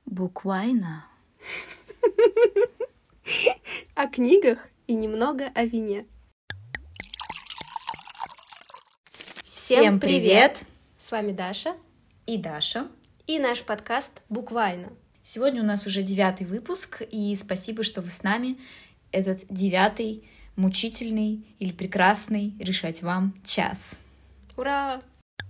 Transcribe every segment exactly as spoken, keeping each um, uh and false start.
Буквально. О книгах и немного о вине. Всем привет! С вами Даша И Даша. и наш подкаст «Буквально». Сегодня у нас уже девятый выпуск, и спасибо, что вы с нами. Этот девятый, мучительный или прекрасный, решать вам, час. Ура!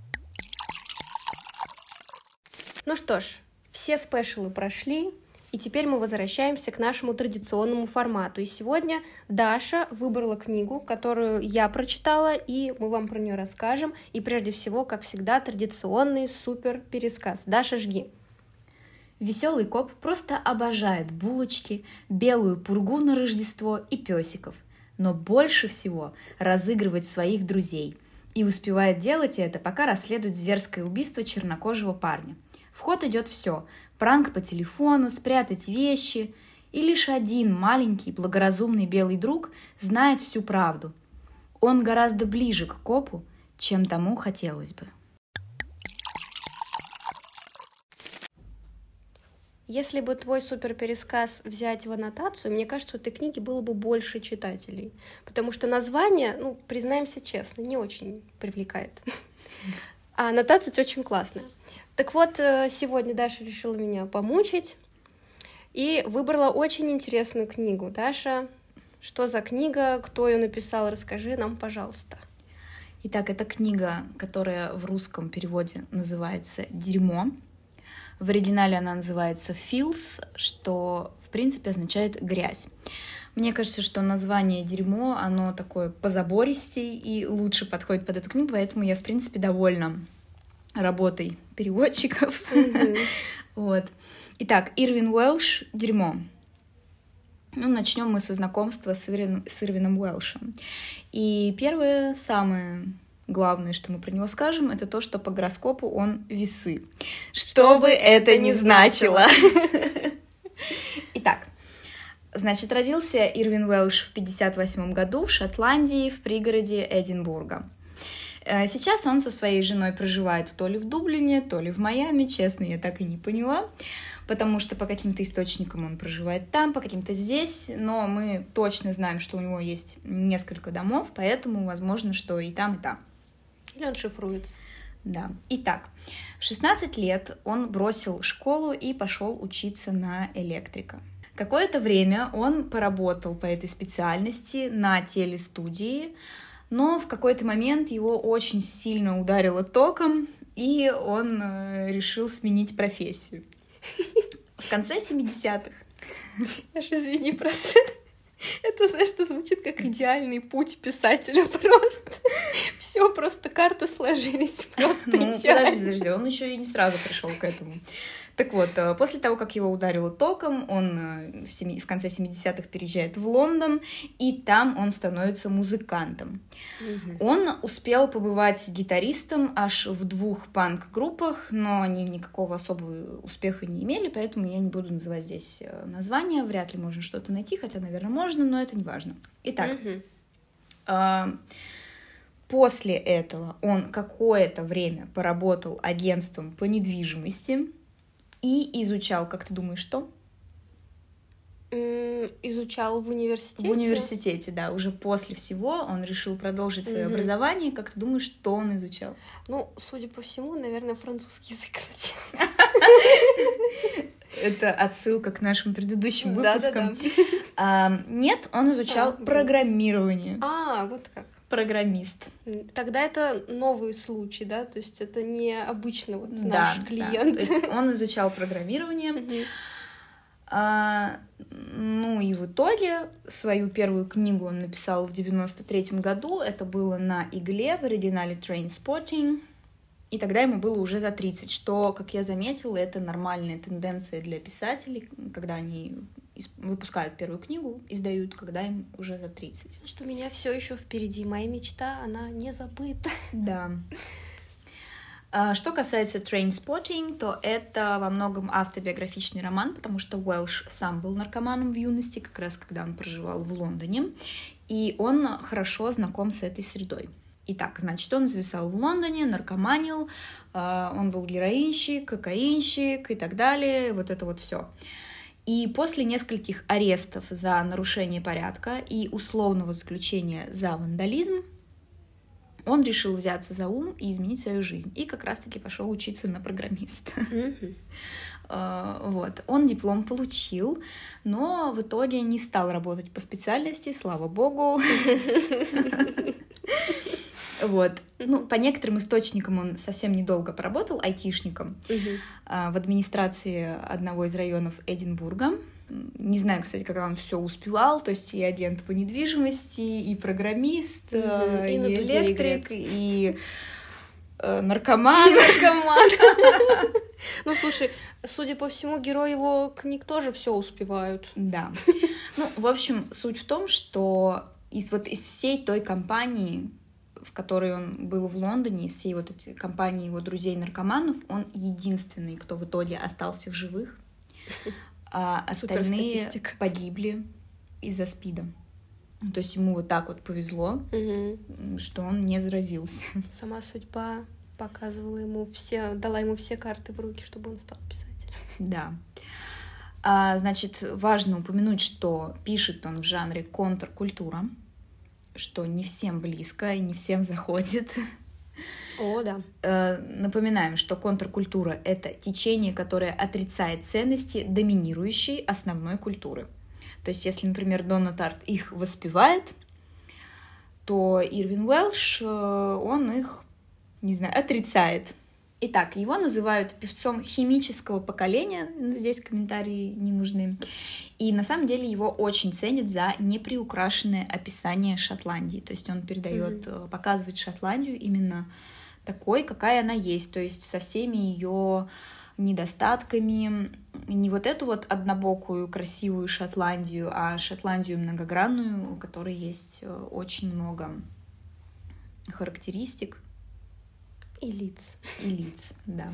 Ну что ж, все спешалы прошли, и теперь мы возвращаемся к нашему традиционному формату. И сегодня Даша выбрала книгу, которую я прочитала, и мы вам про нее расскажем. И прежде всего, как всегда, традиционный супер пересказ. Даша, жги. Веселый коп просто обожает булочки, белую пургу на Рождество и песиков, но больше всего разыгрывать своих друзей. И успевает делать это, пока расследует зверское убийство чернокожего парня. В ход идет все – пранк по телефону, спрятать вещи. И лишь один маленький благоразумный белый друг знает всю правду. Он гораздо ближе к копу, чем тому хотелось бы. Если бы твой суперпересказ взять в аннотацию, мне кажется, у этой книги было бы больше читателей. Потому что название, ну, признаемся честно, не очень привлекает. А аннотация очень классная. Так вот, сегодня Даша решила меня помучить и выбрала очень интересную книгу. Даша, что за книга, кто ее написал, расскажи нам, пожалуйста. Итак, это книга, которая в русском переводе называется «Дерьмо». В оригинале она называется «Filth», что, в принципе, означает «грязь». Мне кажется, что название «Дерьмо», оно такое позабористей и лучше подходит под эту книгу, поэтому я, в принципе, довольна работой переводчиков. Mm-hmm. Вот. Итак, Ирвин Уэлш «Дерьмо». Ну, начнем мы со знакомства с, Ирвин, с Ирвином Уэлшем. И первое, самое главное, что мы про него скажем, это то, что по гороскопу он весы. Что бы это ни значило. Итак, значит, родился Ирвин Уэлш в пятьдесят восьмом году в Шотландии, в пригороде Эдинбурга. Сейчас он со своей женой проживает то ли в Дублине, то ли в Майами, честно, я так и не поняла, потому что по каким-то источникам он проживает там, по каким-то здесь, но мы точно знаем, что у него есть несколько домов, поэтому возможно, что и там, и там. Или он шифруется. Да. Итак, в шестнадцать лет он бросил школу и пошел учиться на электрика. Какое-то время он поработал по этой специальности на телестудии, но в какой-то момент его очень сильно ударило током, и он э, решил сменить профессию. В конце семидесятых. Аж извини, просто... Это, знаешь, что звучит как идеальный путь писателя просто. Все, просто карты сложились просто Ну, идеально. подожди, подожди, он еще и не сразу пришел к этому. Так вот, после того, как его ударило током, он в, семи... в конце семидесятых переезжает в Лондон, и там он становится музыкантом. Угу. Он успел побывать гитаристом аж в двух панк-группах, но они никакого особого успеха не имели, поэтому я не буду называть здесь названия, вряд ли можно что-то найти, хотя, наверное, можно, но это не важно. Итак, угу. э- после этого он какое-то время поработал агентством по недвижимости и изучал, как ты думаешь, что? Изучал в университете? В университете, да. Уже после всего он решил продолжить свое mm-hmm. образование. Как ты думаешь, что он изучал? Ну, судя по всему, наверное, французский язык изучал. Это отсылка к нашим предыдущим выпускам. Да-да-да. Нет, он изучал программирование. А, вот как. Программист. Тогда это новый случай, да? То есть это не обычно вот да, наш клиент. Да. То есть он изучал программирование. Mm-hmm. А, ну и в итоге свою первую книгу он написал в девяносто третьем году. Это было на игле, в оригинале Trainspotting. И тогда ему было уже за тридцать, что, как я заметила, это нормальная тенденция для писателей, когда они выпускают первую книгу, издают, когда им уже за тридцать. Что у меня все еще впереди. Моя мечта, она не забыта. Да. Что касается Trainspotting, то это во многом автобиографичный роман, потому что Уэлш сам был наркоманом в юности, как раз когда он проживал в Лондоне, и он хорошо знаком с этой средой. Итак, значит, он зависал в Лондоне, наркоманил, он был героинщик, кокаинщик и так далее, вот это вот все. И после нескольких арестов за нарушение порядка и условного заключения за вандализм он решил взяться за ум и изменить свою жизнь. И как раз-таки пошел учиться на программиста. Mm-hmm. Вот. Он диплом получил, но в итоге не стал работать по специальности, слава богу. Вот. Ну, по некоторым источникам он совсем недолго поработал айтишником uh-huh. в администрации одного из районов Эдинбурга. Не знаю, кстати, как он все успевал, то есть и агент по недвижимости, и программист, uh-huh. и, и электрик, и э, наркоман. Наркоман. Ну, слушай, судя по всему, герои его книг тоже все успевают. Да. Ну, в общем, суть в том, что из вот из всей той компании, в которой он был в Лондоне, из всей вот этой компании его друзей-наркоманов, он единственный, кто в итоге остался в живых, а остальные погибли из-за СПИДа. То есть ему вот так вот повезло, угу. что он не заразился. Сама судьба показывала ему все, дала ему все карты в руки, чтобы он стал писателем. Да. А, значит, важно упомянуть, что пишет он в жанре контркультура, что не всем близко и не всем заходит. О, да. Напоминаем, что контркультура — это течение, которое отрицает ценности доминирующей основной культуры. То есть, если, например, Донна Тарт их воспевает, то Ирвин Уэлш, он их, не знаю, отрицает. Итак, его называют певцом химического поколения, здесь комментарии не нужны, и на самом деле его очень ценят за неприукрашенное описание Шотландии, то есть он передает, mm-hmm. показывает Шотландию именно такой, какая она есть, то есть со всеми ее недостатками, не вот эту вот однобокую красивую Шотландию, а Шотландию многогранную, у которой есть очень много характеристик. И лиц. И лиц, да.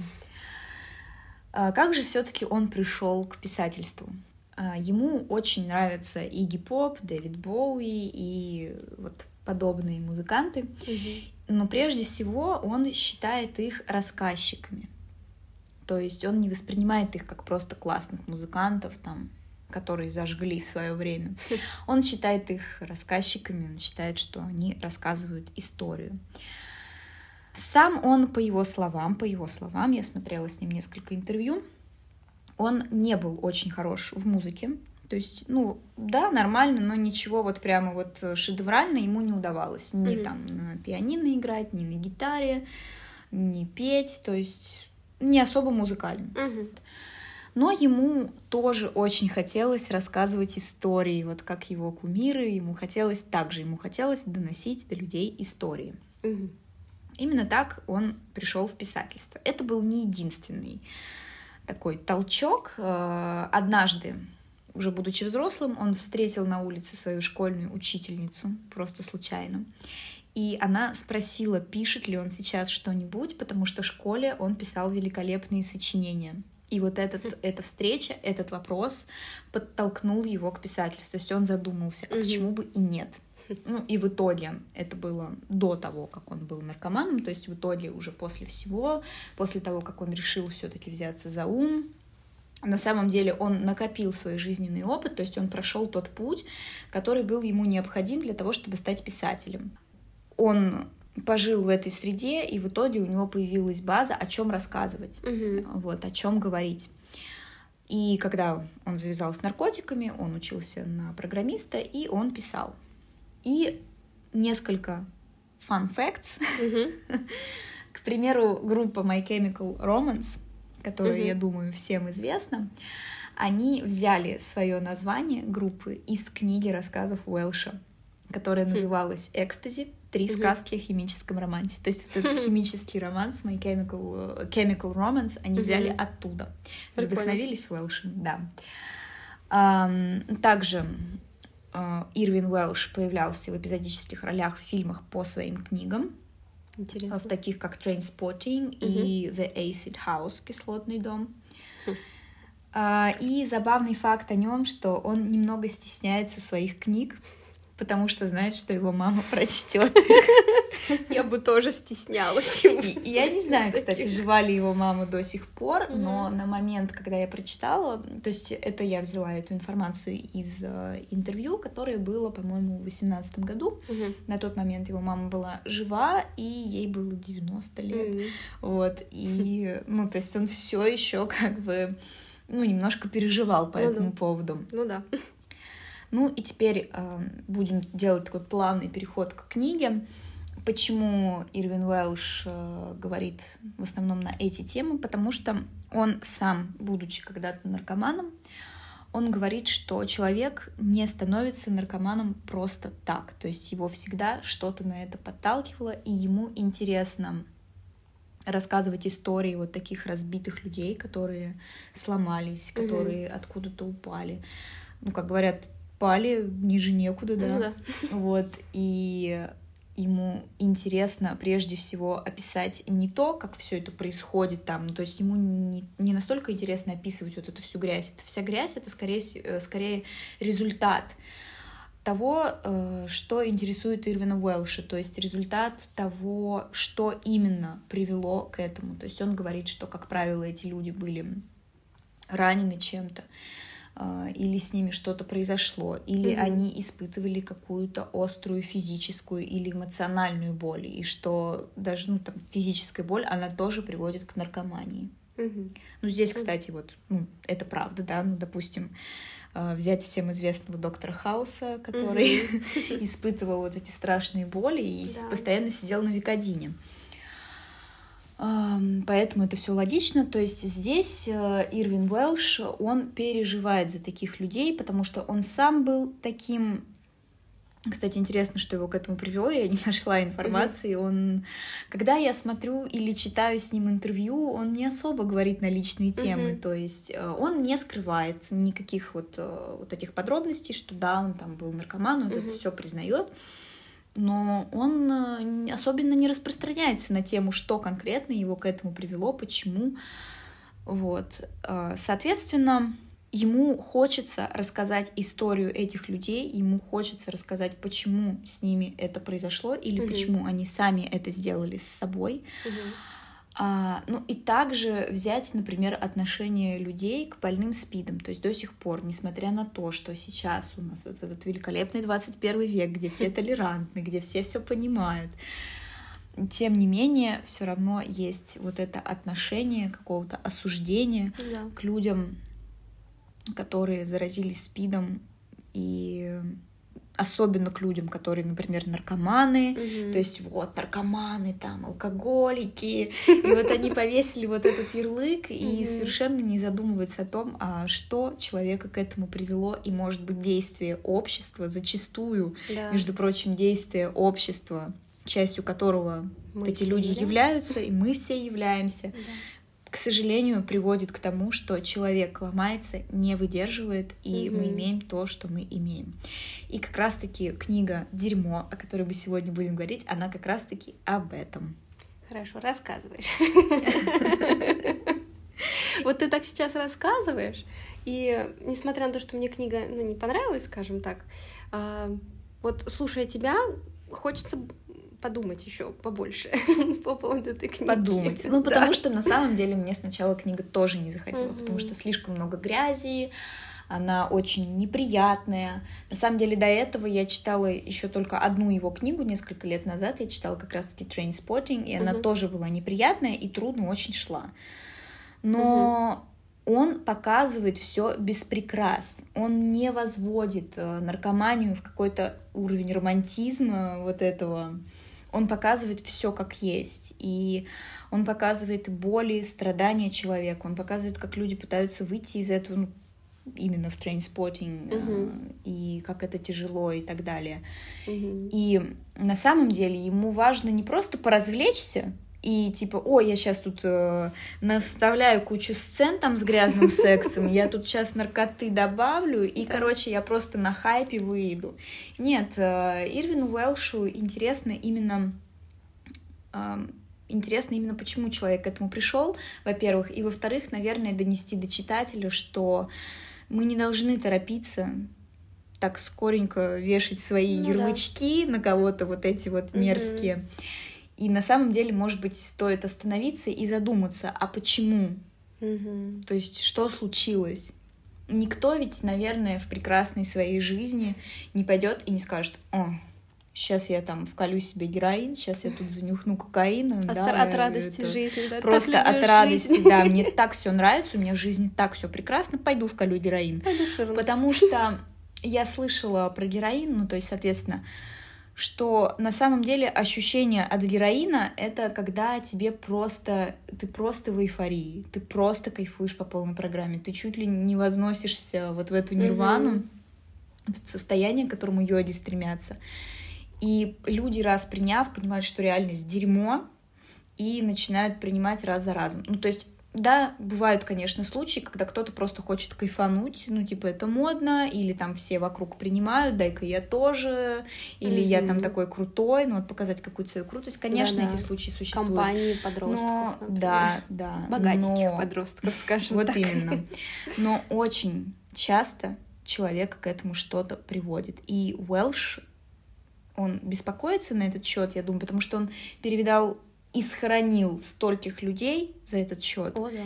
А как же все-таки он пришел к писательству? А, ему очень нравятся Игги Поп, Дэвид Боуи и вот подобные музыканты. Угу. Но прежде всего он считает их рассказчиками. То есть он не воспринимает их как просто классных музыкантов, там, которые зажгли в свое время. Он считает их рассказчиками, он считает, что они рассказывают историю. Сам он, по его словам, по его словам, я смотрела с ним несколько интервью, он не был очень хорош в музыке. То есть, ну, да, нормально, но ничего вот прямо вот шедеврально ему не удавалось. Ни mm-hmm. там на пианино играть, ни на гитаре, ни петь, то есть не особо музыкально. Mm-hmm. Но ему тоже очень хотелось рассказывать истории, вот как его кумиры, ему хотелось также, ему хотелось доносить до людей истории. Mm-hmm. Именно так он пришел в писательство. Это был не единственный такой толчок. Однажды, уже будучи взрослым, он встретил на улице свою школьную учительницу, просто случайно. И она спросила, пишет ли он сейчас что-нибудь, потому что в школе он писал великолепные сочинения. И вот этот, эта встреча, этот вопрос подтолкнул его к писательству. То есть он задумался, а почему бы и нет? Ну, и в итоге это было до того, как он был наркоманом, то есть в итоге уже после всего, после того, как он решил все-таки взяться за ум, на самом деле он накопил свой жизненный опыт, то есть он прошел тот путь, который был ему необходим для того, чтобы стать писателем. Он пожил в этой среде, и в итоге у него появилась база, о чем рассказывать, mm-hmm. вот, о чем говорить. И когда он завязал с наркотиками, он учился на программиста, и он писал. И несколько fun facts. Mm-hmm. К примеру, группа My Chemical Romance, которая, mm-hmm. я думаю, всем известна, они взяли свое название группы из книги рассказов Уэлша, которая называлась «Экстази. Три сказки о химическом романсе». То есть вот этот химический романс My Chemical, Chemical Romance они взяли mm-hmm. оттуда. Прикольно. Вдохновились Уэлшем, да. Также Ирвин Уэлш появлялся в эпизодических ролях в фильмах по своим книгам. Интересно. В таких как Trainspotting uh-huh. и The Acid House, кислотный дом. Uh-huh. И забавный факт о нем, что он немного стесняется своих книг. потому что знает, что его мама прочтет. Я бы тоже стеснялась. Я не знаю, кстати, жива ли его мама до сих пор, но на момент, когда я прочитала, то есть это я взяла эту информацию из интервью, которое было, по-моему, в восемнадцатом году. На тот момент его мама была жива, и ей было девяносто лет. Вот, и, ну, то есть он все еще как бы, ну, немножко переживал по этому поводу. Ну да. Ну и теперь э, будем делать такой плавный переход к книге. Почему Ирвин Уэлш э, говорит в основном на эти темы? Потому что он сам, будучи когда-то наркоманом, он говорит, что человек не становится наркоманом просто так. То есть его всегда что-то на это подталкивало, и ему интересно рассказывать истории вот таких разбитых людей, которые сломались, которые mm-hmm. откуда-то упали. Ну, как говорят, пали ниже некуда, да? Ну, да. Вот, и ему интересно прежде всего описать не то, как все это происходит там, то есть ему не, не настолько интересно описывать вот эту всю грязь. Это вся грязь, это скорее, скорее результат того, что интересует Ирвина Уэлша, то есть результат того, что именно привело к этому. То есть он говорит, что, как правило, эти люди были ранены чем-то, или с ними что-то произошло, или mm-hmm. они испытывали какую-то острую физическую или эмоциональную боль, и что даже ну, там, физическая боль, она тоже приводит к наркомании. Mm-hmm. Ну, здесь, кстати, вот, ну, это правда, да, ну, допустим, взять всем известного доктора Хауса, который mm-hmm. испытывал вот эти страшные боли и да. постоянно сидел на Викодине. Поэтому это все логично. То есть здесь Ирвин Уэлш, он переживает за таких людей, потому что он сам был таким. Кстати, интересно, что его к этому привело, я не нашла информации. Mm-hmm. Он, когда я смотрю или читаю с ним интервью, он не особо говорит на личные темы. Mm-hmm. То есть он не скрывает никаких вот, вот этих подробностей, что да, он там был наркоман, он mm-hmm. это все признает. Но он особенно не распространяется на тему, что конкретно его к этому привело, почему. Вот. Соответственно, ему хочется рассказать историю этих людей, ему хочется рассказать, почему с ними это произошло, или угу. почему они сами это сделали с собой. Угу. А, ну и также взять, например, отношение людей к больным СПИДом. То есть до сих пор, несмотря на то, что сейчас у нас вот этот великолепный двадцать первый век, где все толерантны, где все все понимают, тем не менее, все равно есть вот это отношение какого-то осуждения да. к людям, которые заразились СПИДом, и особенно к людям, которые, например, наркоманы, mm-hmm. то есть вот наркоманы, там, алкоголики, и вот они повесили вот этот ярлык и mm-hmm. совершенно не задумываются о том, а что человека к этому привело, и, может быть, действие общества, зачастую, да. между прочим, действие общества, частью которого мы эти люди являемся. являются, и мы все являемся, да. к сожалению, приводит к тому, что человек ломается, не выдерживает, и mm-hmm. мы имеем то, что мы имеем. И как раз-таки книга «Дерьмо», о которой мы сегодня будем говорить, она как раз-таки об этом. Хорошо, рассказываешь. Вот ты так сейчас рассказываешь, и несмотря на то, что мне книга не понравилась, скажем так, вот слушая тебя, хочется подумать еще побольше по поводу этой книги. Подумать. Ну, потому да. что на самом деле мне сначала книга тоже не заходила, mm-hmm. потому что слишком много грязи, она очень неприятная. На самом деле до этого я читала еще только одну его книгу несколько лет назад. Я читала как раз-таки Trainspotting, и mm-hmm. она тоже была неприятная и трудно очень шла. Но mm-hmm. он показывает все без прикрас. Он не возводит наркоманию в какой-то уровень романтизма вот этого. Он показывает все как есть, и он показывает боли, страдания человека, он показывает, как люди пытаются выйти из этого, ну, именно в Trainspotting, uh-huh. и как это тяжело и так далее. Uh-huh. И на самом деле ему важно не просто поразвлечься, и типа, ой, я сейчас тут э, наставляю кучу сцен там с грязным сексом, я тут сейчас наркоты добавлю, и, короче, я просто на хайпе выйду. Нет, э, Ирвину Уэлшу интересно именно, э, интересно именно, почему человек к этому пришел, во-первых, и, во-вторых, наверное, донести до читателя, что мы не должны торопиться так скоренько вешать свои ну, ярлычки да. на кого-то, вот эти вот мерзкие. Mm-hmm. И на самом деле, может быть, стоит остановиться и задуматься, а почему? Mm-hmm. То есть, что случилось? Никто ведь, наверное, в прекрасной своей жизни не пойдет и не скажет: о, сейчас я там вколю себе героин, сейчас я тут занюхну кокаина. От, да, от радости это... жизни, да. Просто от радости, жизнь. Да, мне так все нравится, у меня в жизни так все прекрасно, пойду вколю героин. Пойду ширнусь. Потому что я слышала про героин, ну, то есть, соответственно, что на самом деле ощущение от героина — это когда тебе просто, ты просто в эйфории, ты просто кайфуешь по полной программе, ты чуть ли не возносишься вот в эту нирвану, mm-hmm. это состояние, к которому йоги стремятся. И люди, раз приняв, понимают, что реальность дерьмо, и начинают принимать раз за разом. Ну, то есть, да, бывают, конечно, случаи, когда кто-то просто хочет кайфануть, ну, типа, это модно, или там все вокруг принимают, дай-ка я тоже, или mm-hmm. я там такой крутой, ну, вот показать какую-то свою крутость. Конечно, да, эти да. случаи существуют. Компании подростков, но, да, да. Богатеньких но... подростков, скажем вот так. Вот именно. Но очень часто человека к этому что-то приводит. И Уэлш, он беспокоится на этот счет, я думаю, потому что он перевидал и сохранил стольких людей за этот счет. О, да.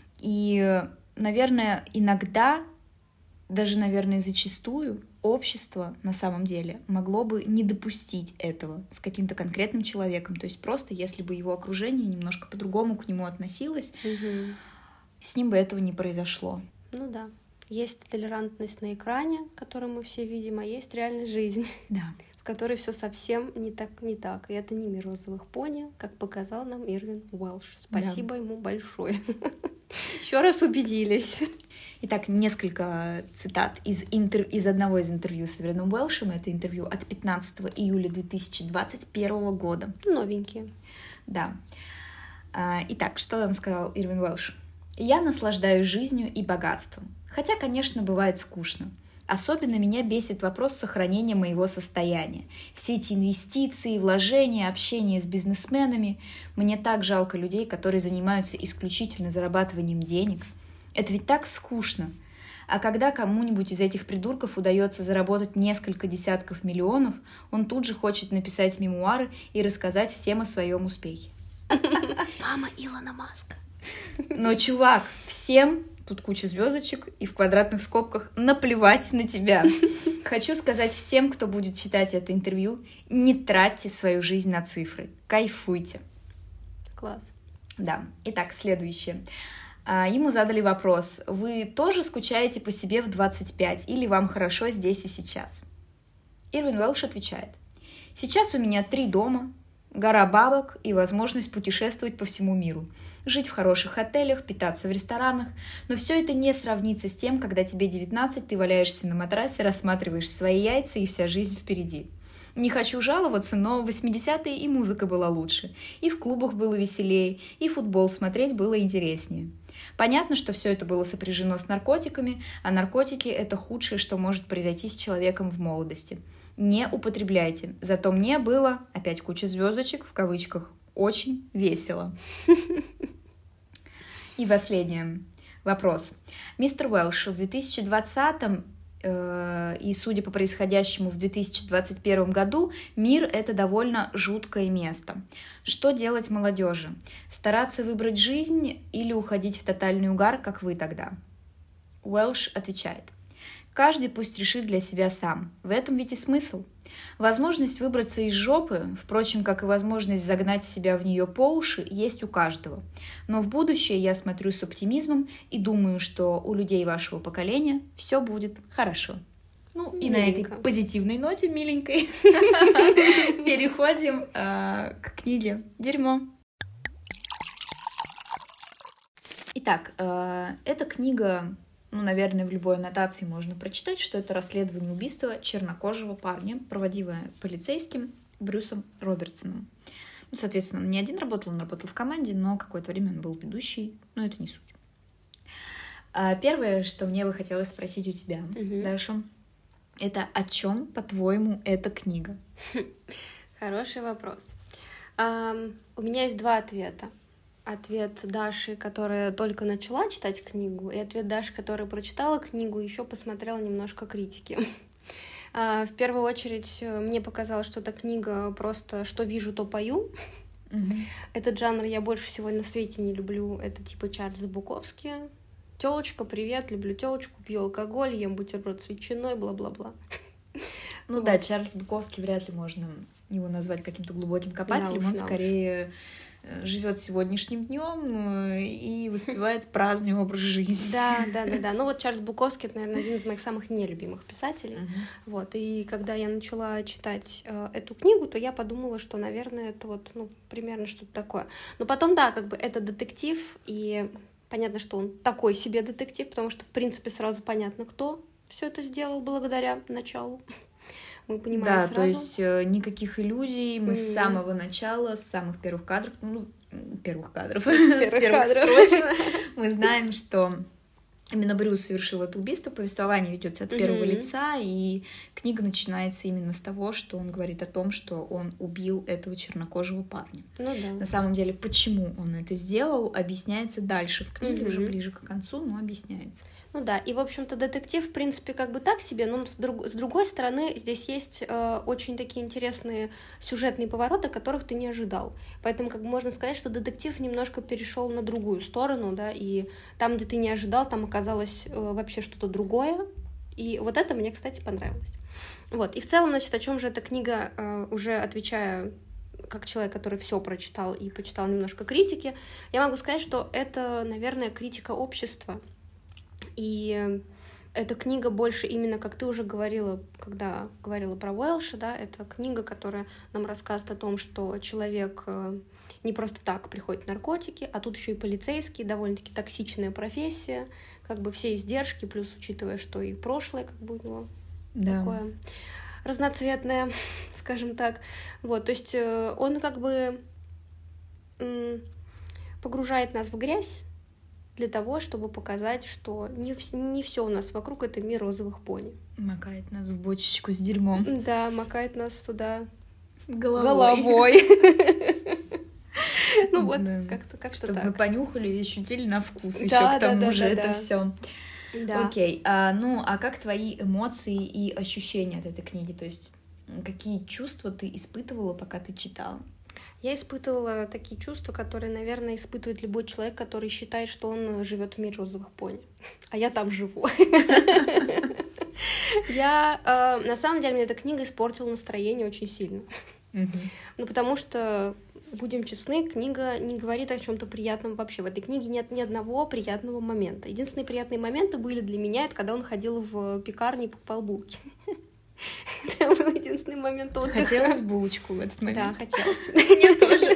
И, наверное, иногда, даже, наверное, зачастую, общество на самом деле могло бы не допустить этого с каким-то конкретным человеком. То есть просто если бы его окружение немножко по-другому к нему относилось, угу. с ним бы этого не произошло. Ну да. Есть толерантность на экране, которую мы все видим, а есть реальная жизнь. Да. В которой все совсем не так, не так. И это не мир розовых пони, как показал нам Ирвин Уэлш. Спасибо да. ему большое. Еще раз убедились. Итак, несколько цитат из, интер... из одного из интервью с Ирвином Уэлшем. Это интервью от пятнадцатого июля две тысячи двадцать первого года. Новенькие. Да. Итак, что нам сказал Ирвин Уэлш? «Я наслаждаюсь жизнью и богатством. Хотя, конечно, бывает скучно. Особенно меня бесит вопрос сохранения моего состояния. Все эти инвестиции, вложения, общение с бизнесменами. Мне так жалко людей, которые занимаются исключительно зарабатыванием денег. Это ведь так скучно. А когда кому-нибудь из этих придурков удается заработать несколько десятков миллионов, он тут же хочет написать мемуары и рассказать всем о своем успехе». Мама Илона Маска. Но, чувак, всем... Тут куча звездочек, и в квадратных скобках наплевать на тебя. Хочу сказать всем, кто будет читать это интервью, не тратьте свою жизнь на цифры. Кайфуйте. Класс. Да. Итак, следующее. Ему задали вопрос: вы тоже скучаете по себе в двадцать пять или вам хорошо здесь и сейчас? Ирвин Уэлш отвечает: сейчас у меня три дома, гора бабок и возможность путешествовать по всему миру. Жить в хороших отелях, питаться в ресторанах. Но все это не сравнится с тем, когда тебе девятнадцать, ты валяешься на матрасе, рассматриваешь свои яйца и вся жизнь впереди. Не хочу жаловаться, но в восьмидесятые и музыка была лучше, и в клубах было веселее, и футбол смотреть было интереснее. Понятно, что все это было сопряжено с наркотиками, а наркотики – это худшее, что может произойти с человеком в молодости. Не употребляйте. Зато мне было, опять куча звездочек, в кавычках, очень весело. И последнее. Вопрос. Мистер Уэлш, в две тысячи двадцатом э, и, судя по происходящему в две тысячи двадцать первом году, мир — это довольно жуткое место. Что делать молодежи? Стараться выбрать жизнь или уходить в тотальный угар, как вы тогда? Уэлш отвечает: каждый пусть решит для себя сам. В этом ведь и смысл. Возможность выбраться из жопы, впрочем, как и возможность загнать себя в нее по уши, есть у каждого. Но в будущее я смотрю с оптимизмом и думаю, что у людей вашего поколения все будет хорошо. Ну и на этой позитивной ноте, миленькой, переходим к книге «Дерьмо». Итак, эта книга... Ну, наверное, в любой аннотации можно прочитать, что это расследование убийства чернокожего парня, проводимое полицейским Брюсом Робертсоном. Ну, соответственно, он не один работал, он работал в команде, но какое-то время он был ведущий, но это не суть. А первое, что мне бы хотелось спросить у тебя, угу. Даша, это о чем, по-твоему, эта книга? Хороший вопрос. Um, у меня есть два ответа. Ответ Даши, которая только начала читать книгу, и ответ Даши, которая прочитала книгу и еще посмотрела немножко критики. В первую очередь мне показалось, что эта книга просто «что вижу, то пою». Mm-hmm. Этот жанр я больше всего на свете не люблю. Это типа Чарльза Буковски. Тёлочка, привет, люблю тёлочку, пью алкоголь, ем бутерброд с ветчиной, бла-бла-бла. Ну вот. Да, Чарльз Буковский вряд ли можно его назвать каким-то глубоким копателем. Да, он скорее уж. живет сегодняшним днем и воспевает праздный образ жизни. Да, да, да, да. Ну вот Чарльз Буковский — это, наверное, один из моих самых нелюбимых писателей. Uh-huh. Вот. И когда я начала читать э, эту книгу, то я подумала, что, наверное, это вот, ну, примерно что-то такое. Но потом, да, как бы это детектив, и понятно, что он такой себе детектив, потому что, в принципе, сразу понятно, кто все это сделал благодаря началу. Мы понимаем да, сразу. То есть э, никаких иллюзий, мы mm. с самого начала, с самых первых кадров, ну, первых кадров, первых с первых кадров. строчек, мы знаем, что именно Брюс совершил это убийство, повествование ведется от первого mm-hmm. лица, и книга начинается именно с того, что он говорит о том, что он убил этого чернокожего парня. Ну, да. На самом деле, почему он это сделал, объясняется дальше в книге, mm-hmm. уже ближе к концу, но объясняется. Ну да, и, в общем-то, детектив, в принципе, как бы так себе, но с, друг... с другой стороны, здесь есть э, очень такие интересные сюжетные повороты, которых ты не ожидал. Поэтому, как бы можно сказать, что детектив немножко перешел на другую сторону, да, и там, где ты не ожидал, там оказалось э, вообще что-то другое, и вот это мне, кстати, понравилось. Вот, и в целом, значит, о чем же эта книга, э, уже отвечая как человек, который все прочитал и почитал немножко критики, я могу сказать, что это, наверное, критика общества. И эта книга больше именно, как ты уже говорила, когда говорила про Уэлша, да, это книга, которая нам рассказывает о том, что человек не просто так приходит в наркотики, а тут еще и полицейский, довольно-таки токсичная профессия, как бы все издержки, плюс учитывая, что и прошлое как бы у него да. такое разноцветное, скажем так. Вот, то есть он как бы погружает нас в грязь, для того, чтобы показать, что не, не все у нас вокруг — это мир розовых пони. Макает нас в бочечку с дерьмом. Да, макает нас туда головой. Ну вот, как-то так. Чтобы мы понюхали и ощутили на вкус еще к тому же это все. Окей, ну а как твои эмоции и ощущения от этой книги? То есть какие чувства ты испытывала, пока ты читала? Я испытывала такие чувства, которые, наверное, испытывает любой человек, который считает, что он живет в мире розовых пони. А я там живу. Я, на самом деле, мне эта книга испортила настроение очень сильно. Ну, потому что, будем честны, книга не говорит о чем-то приятном вообще. В этой книге нет ни одного приятного момента. Единственные приятные моменты были для меня, это когда он ходил в пекарню и покупал булки. Это был единственный момент отдыха. Хотелось булочку в этот момент? Да, хотелось. Мне тоже.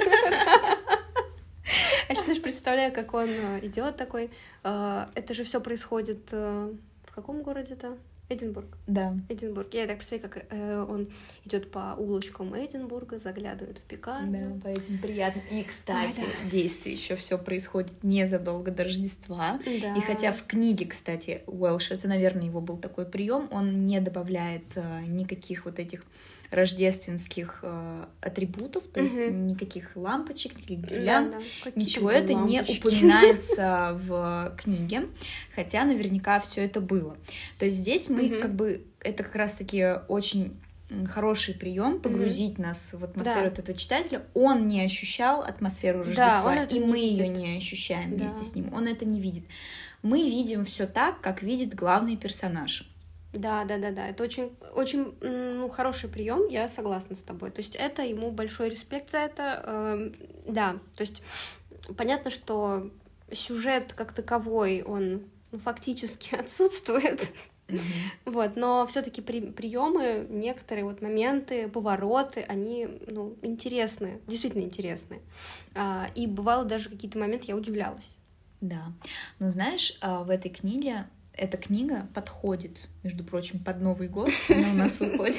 Я сейчас представляю, как он идет такой. Это же все происходит в каком городе-то? Эдинбург. Да. Эдинбург. Я так представляю, как э, он идет по улочкам Эдинбурга, заглядывает в пекарню. Да, по этим приятным. И, кстати, а, да. действие еще все происходит незадолго до Рождества. Да. И хотя в книге, кстати, Уэлш, это, наверное, его был такой прием, он не добавляет э, никаких вот этих рождественских э, атрибутов, то есть угу. никаких лампочек, никаких гирлянд, да, да. ничего это лампочки. Не упоминается в книге, хотя наверняка все это было. То есть здесь мы угу. как бы это как раз-таки очень хороший прием погрузить угу. нас в атмосферу да. этого читателя. Он не ощущал атмосферу Рождества, да, и мы ее не ощущаем да. вместе с ним. Он это не видит. Мы видим все так, как видит главный персонаж. Да, да, да, да. Это очень, очень ну, хороший прием, я согласна с тобой. То есть это ему большой респект за это. Э, да, то есть понятно, что сюжет как таковой, он ну, фактически отсутствует. Mm-hmm. Вот, но все-таки при, приемы, некоторые вот моменты, повороты, они ну, интересные, действительно интересные. А, и бывало даже какие-то моменты, я удивлялась. Да, но знаешь, в этой книге эта книга подходит, между прочим, под Новый год, она у нас выходит,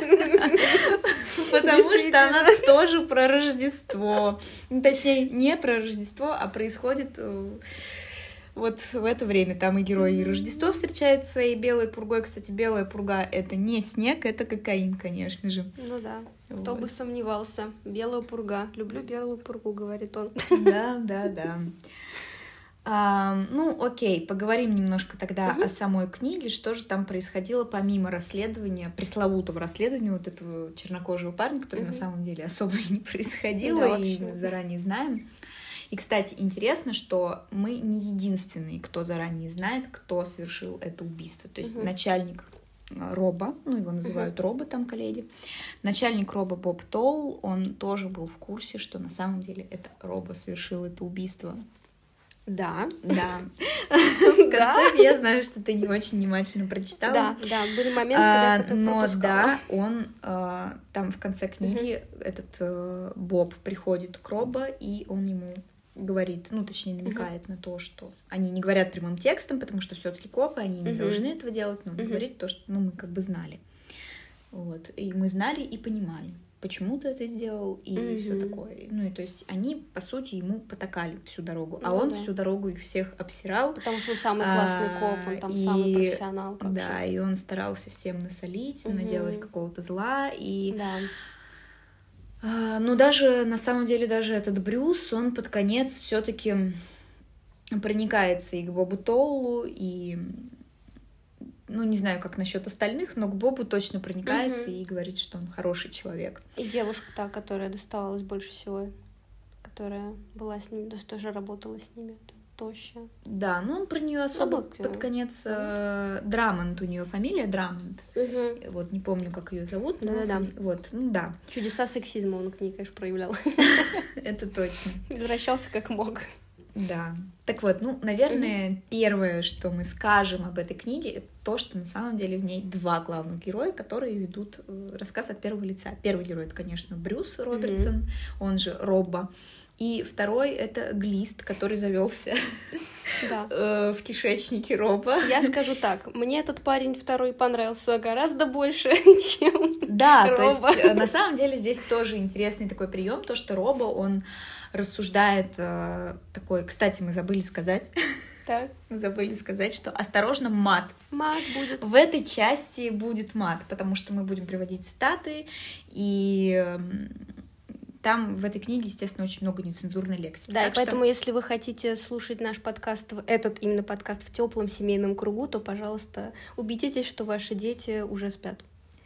потому что она тоже про Рождество. Точнее, не про Рождество, а происходит вот в это время. Там и герои и Рождество встречают своей белой пургой. Кстати, белая пурга — это не снег, это кокаин, конечно же. Ну да, кто бы сомневался. Белая пурга. Люблю белую пургу, говорит он. Да, да, да. А, ну, окей, поговорим немножко тогда Мгм. о самой книге, что же там происходило помимо расследования, пресловутого расследования вот этого чернокожего парня, который на Мгм. самом деле особо и не происходило, Да, и вообще. мы заранее знаем. И, кстати, интересно, что мы не единственные, кто заранее знает, кто совершил это убийство. То есть Мгм. начальник э, Роба, ну, его называют Роба там коллеги, начальник Роба Боб Тоул, он тоже был в курсе, что на самом деле это Роба совершил это убийство. Да. Да. В конце я знаю, что ты не очень внимательно прочитала. Да, да, были моменты, когда А, я это но пропускала. да, он а, там в конце книги этот э, Боб приходит к Робо, и он ему говорит, ну точнее намекает на то, что они не говорят прямым текстом, потому что все-таки копы, они не Мгм. должны этого делать, но он Мгм. говорит то, что ну мы как бы знали, вот и мы знали и понимали, почему ты это сделал и все Мгм. такое. Ну и то есть они по сути ему потакали всю дорогу, а Ну он да. всю дорогу их всех обсирал. Потому что он самый классный А, коп, он там и- самый профессионал. Как Да, же. и он старался всем насолить, Мгм. наделать какого-то зла. И, Да. а, ну, даже, на самом деле, даже этот Брюс, он под конец все таки проникается и к Бобу Тоулу, и, ну, не знаю, как насчет остальных, но к Бобу точно проникается Мгм. и говорит, что он хороший человек. И девушка та, которая доставалась больше всего, которая была с ним, даже тоже работала с ними, это тощая. Да, но он про нее особо Забыла, под конец... э, Драмонт у нее фамилия, Драмонт. Вот, не помню, как ее зовут. но Да-да-да. фами- Вот, ну да, Чудеса сексизма он к ней, конечно, проявлял. это точно. Извращался как мог. Да. Так вот, ну, наверное, первое, что мы скажем об этой книге, это то, что на самом деле в ней два главных героя, которые ведут э, рассказ от первого лица. Первый герой — это, конечно, Брюс Робертсон, он же Робба. И второй — это Глист, который завелся Да. в кишечнике Робба. Я скажу так, мне этот парень второй понравился гораздо больше, чем Да, то Робба. есть э, на самом деле здесь тоже интересный такой прием, то, что Робба, он рассуждает э, такой, кстати, мы забыли сказать, Так, мы забыли сказать, что осторожно, мат. мат будет. В этой части будет мат, потому что мы будем приводить цитаты, и эм, там в этой книге, естественно, очень много нецензурной лексики. Да, Так и что, поэтому, если вы хотите слушать наш подкаст, в- этот именно подкаст в теплом семейном кругу, то, пожалуйста, убедитесь, что ваши дети уже спят.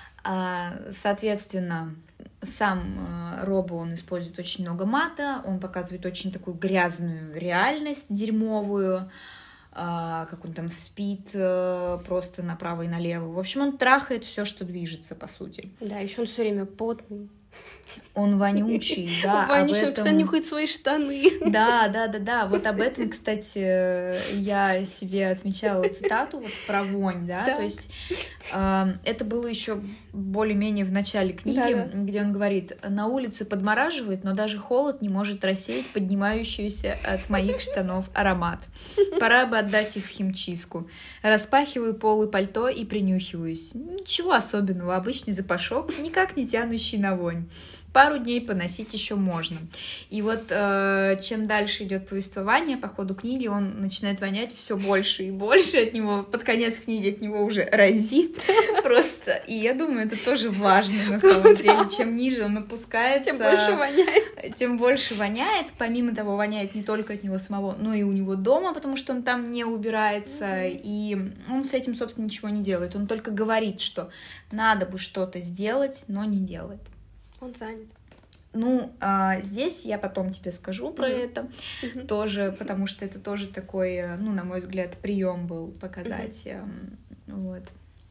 а, соответственно, сам э, Робо, он использует очень много мата, он показывает очень такую грязную реальность, дерьмовую, а, как он там спит э, просто направо и налево. В общем, он трахает все, что движется, по сути. Да, еще он все время потный. Он вонючий, да. об Ванечка этом- постоянно нюхает свои штаны. Да, да, да, да. Вот об этом, кстати, я себе отмечала цитату вот про вонь, да. Да. То есть э, это было еще более-менее в начале книги, Да-да. где он говорит: на улице подмораживает, но даже холод не может рассеять поднимающийся от моих штанов аромат. Пора бы отдать их в химчистку. Распахиваю полы пальто и принюхиваюсь. Ничего особенного, обычный запашок, никак не тянущий на вонь. Пару дней поносить еще можно. И вот э, чем дальше идет повествование по ходу книги, он начинает вонять все больше и больше от него. Под конец книги от него уже разит просто. И я думаю, это тоже важно на самом деле. Чем ниже он опускается, Тем больше воняет. тем больше воняет. Помимо того, воняет не только от него самого, но и у него дома, потому что он там не убирается. И он с этим, собственно, ничего не делает. Он только говорит, что надо бы что-то сделать, но не делает. Он занят. Ну, а, здесь я потом тебе скажу про Мгм. это Мгм. тоже, потому что это тоже такой, э, ну, на мой взгляд, прием был показать, эм, вот,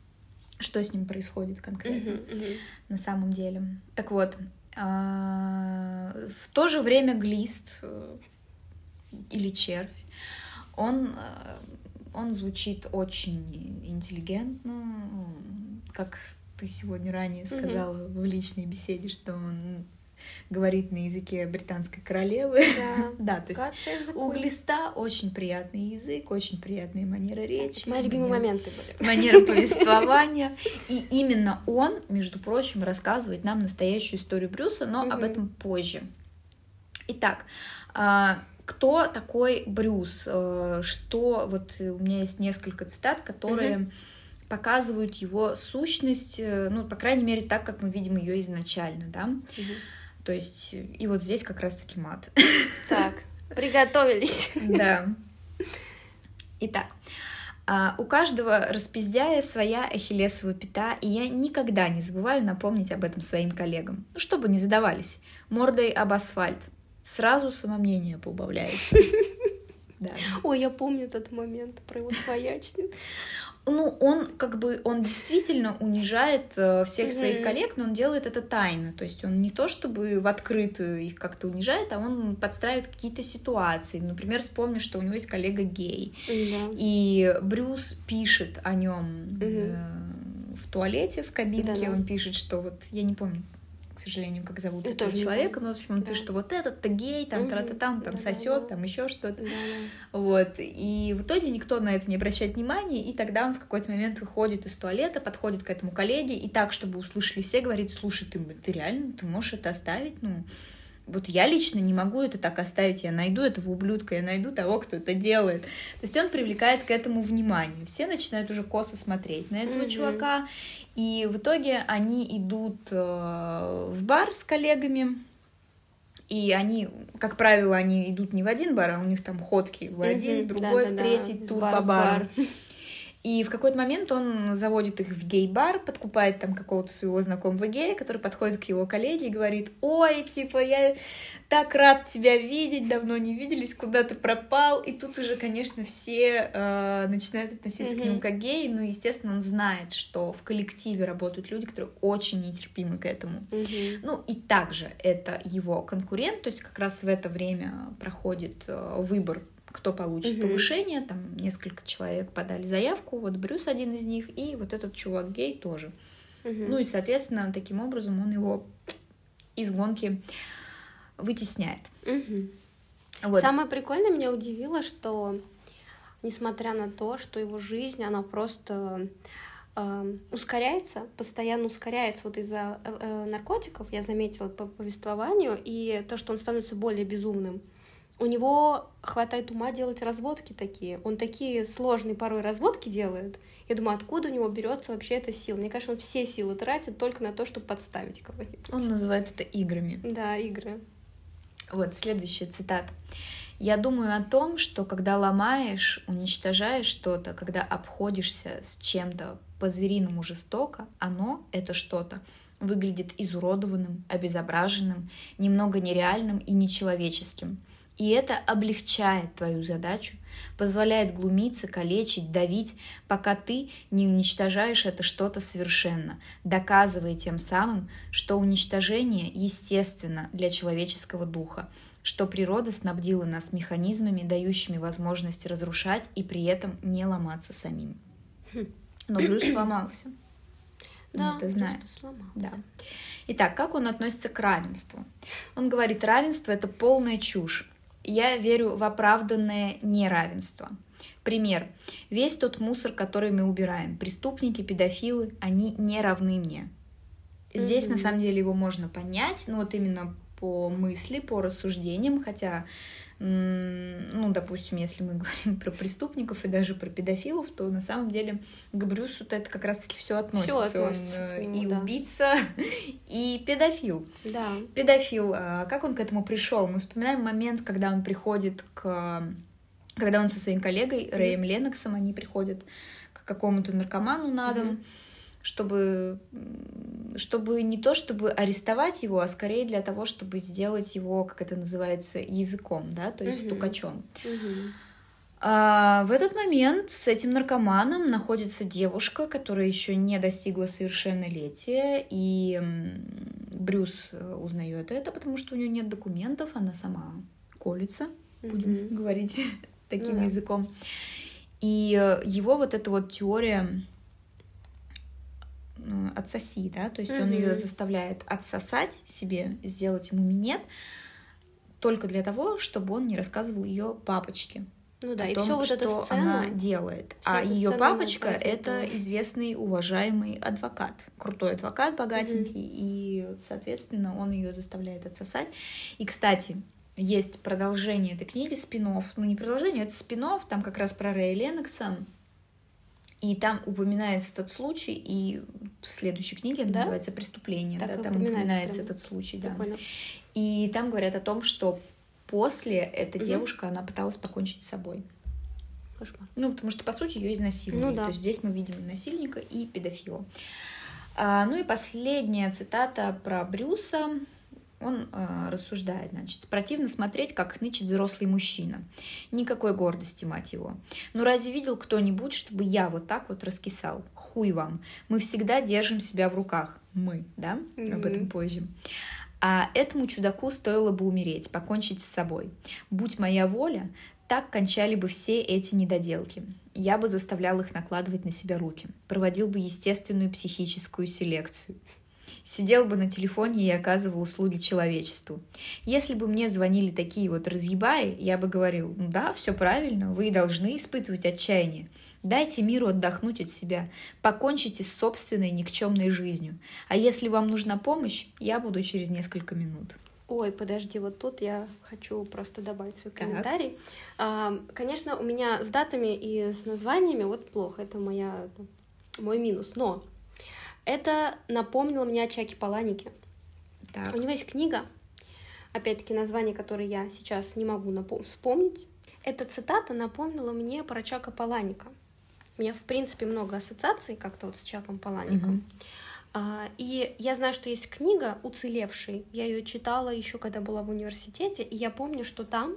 что с ним происходит конкретно Мгм, мгм. на самом деле. Так вот, а, в то же время Глист э, или червь, он, э, он звучит очень интеллигентно, как ты сегодня ранее Мгм. сказала в личной беседе, что он говорит на языке британской королевы. Да. Да, то есть God save the у queen. Глиста очень приятный язык, очень приятная манера речи. Это мои любимые манера- моменты были. манера повествования. И именно он, между прочим, рассказывает нам настоящую историю Брюса, но об Мгм. этом позже. Итак, а, кто такой Брюс? Э, Что вот э, у меня есть несколько цитат, которые Мгм. показывают его сущность, э, ну, по крайней мере, так, как мы видим ее изначально, да. Мгм. То есть, и вот здесь как раз-таки мат. Так, приготовились. Да. Итак, у каждого распиздяя своя ахиллесова пята, и я никогда не забываю напомнить об этом своим коллегам. Ну, чтобы не задавались. Мордой об асфальт. Сразу самомнение поубавляется. Да. Ой, я помню этот момент про его своячницу. Ну, он как бы, он действительно унижает э, всех mm-hmm. своих коллег, но он делает это тайно. То есть он не то чтобы в открытую их как-то унижает, а он подстраивает какие-то ситуации. Например, вспомни, что у него есть коллега гей. Mm-hmm. И Брюс пишет о нем mm-hmm. э, в туалете, в кабинке. Mm-hmm. Он пишет, что вот, я не помню, к сожалению, как зовут я этого человека, но в общем он да. пишет, что вот этот-то гей, там угу. тра-та-там, там да, сосет, да, да. там еще что-то. Да, да. Вот. И в итоге никто на это не обращает внимания, и тогда он в какой-то момент выходит из туалета, подходит к этому коллеге, и так, чтобы услышали все, говорит: слушай, ты, ты реально, ты можешь это оставить? Ну, вот я лично не могу это так оставить, я найду этого ублюдка, я найду того, кто это делает. То есть он привлекает к этому внимание. Все начинают уже косо смотреть на этого mm-hmm. чувака, и в итоге они идут э, в бар с коллегами, и они, как правило, они идут не в один бар, а у них там ходки в один, mm-hmm. другой, да, в да, третий, да. тур по бару. И в какой-то момент он заводит их в гей-бар, подкупает там какого-то своего знакомого гея, который подходит к его коллеге и говорит: ой, типа, я так рад тебя видеть, давно не виделись, куда ты пропал. И тут уже, конечно, все э, начинают относиться mm-hmm. к нему как к гею, но, естественно, он знает, что в коллективе работают люди, которые очень нетерпимы к этому. Mm-hmm. Ну, и также это его конкурент, то есть как раз в это время проходит э, выбор, кто получит угу. повышение, там несколько человек подали заявку, вот Брюс один из них, и вот этот чувак гей тоже. Угу. Ну и, соответственно, таким образом он его из гонки вытесняет. Угу. Вот. Самое прикольное меня удивило, что, несмотря на то, что его жизнь, она просто э, ускоряется, постоянно ускоряется вот из-за э, наркотиков, я заметила по повествованию, и то, что он становится более безумным. У него хватает ума делать разводки такие. Он такие сложные порой разводки делает. Я думаю, откуда у него берется вообще эта сила? Мне кажется, он все силы тратит только на то, чтобы подставить кого-нибудь. Он называет это играми. Да, игры. Вот, следующая цитата. «Я думаю о том, что когда ломаешь, уничтожаешь что-то, когда обходишься с чем-то по-звериному жестоко, оно, это что-то, выглядит изуродованным, обезображенным, немного нереальным и нечеловеческим. И это облегчает твою задачу, позволяет глумиться, калечить, давить, пока ты не уничтожаешь это что-то совершенно, доказывая тем самым, что уничтожение естественно для человеческого духа, что природа снабдила нас механизмами, дающими возможность разрушать и при этом не ломаться самим». Но Брюс сломался. Да, мы это знаем. Сломался. Да. Итак, как он относится к равенству? Он говорит: равенство — это полная чушь. Я верю в оправданное неравенство. Пример. Весь тот мусор, который мы убираем, преступники, педофилы, они не равны мне. Здесь, mm-hmm. на самом деле, его можно понять, ну вот именно по мысли, по рассуждениям, хотя, ну, допустим, если мы говорим про преступников и даже про педофилов, то на самом деле к Брюсу-то это как раз-таки все относится. Всё относится он к нему, и да. убийца, и педофил. Да. Педофил, как он к этому пришел? Мы вспоминаем момент, когда он приходит к... Когда он со своим коллегой Рэем mm-hmm. Ленноксом, они приходят к какому-то наркоману на дом, mm-hmm. чтобы, чтобы не то, чтобы арестовать его, а скорее для того, чтобы сделать его, как это называется, языком, да, то есть mm-hmm. стукачом. Mm-hmm. А в этот момент с этим наркоманом находится девушка, которая еще не достигла совершеннолетия, и Брюс узнает это, потому что у нее нет документов, она сама колется, mm-hmm. будем говорить таким mm-hmm. языком. И его вот эта вот теория отсоси, да, то есть mm-hmm. он ее заставляет отсосать себе, сделать ему минет, только для того, чтобы он не рассказывал ее папочке. Ну да, о и том, все вот что эта сцена, она делает. А ее папочка — это да. известный, уважаемый адвокат, крутой адвокат, богатенький, mm-hmm. и, соответственно, он ее заставляет отсосать. И, кстати, есть продолжение этой книги, спин-офф, ну не продолжение, это спин-офф, там как раз про Рэя Леннокса, и там упоминается этот случай, и в следующей книге да? называется «Преступление», так да, там упоминается, упоминается прям. Этот случай, да. Прикольно. И там говорят о том, что после эта угу. девушка, она пыталась покончить с собой. Кошмар. Ну, потому что, по сути, ее изнасиловали. Ну, да. То есть здесь мы видим насильника и педофила. А, ну и последняя цитата про Брюса. Он э, рассуждает, значит, противно смотреть, как хнычет взрослый мужчина. Никакой гордости, мать его. Ну разве видел кто-нибудь, чтобы я вот так вот раскисал? Хуй вам. Мы всегда держим себя в руках. Мы, да? Mm-hmm. Об этом позже. А этому чудаку стоило бы умереть, покончить с собой. Будь моя воля, так кончали бы все эти недоделки. Я бы заставлял их накладывать на себя руки. Проводил бы естественную психическую селекцию. Сидел бы на телефоне и оказывал услуги человечеству. Если бы мне звонили такие вот разъебаи, я бы говорил, ну да, все правильно, вы должны испытывать отчаяние. Дайте миру отдохнуть от себя, покончите с собственной никчемной жизнью. А если вам нужна помощь, я буду через несколько минут. Ой, подожди, вот тут я хочу просто добавить свой комментарий. А, конечно, у меня с датами и с названиями вот плохо, это моя, мой минус, но это напомнило мне о Чаке Паланике. Так. У него есть книга, опять-таки название, которое я сейчас не могу напом- вспомнить. Эта цитата напомнила мне про Чака Паланика. У меня, в принципе, много ассоциаций как-то вот с Чаком Палаником. Mm-hmm. А, и я знаю, что есть книга «Уцелевший». Я ее читала еще, когда была в университете, и я помню, что там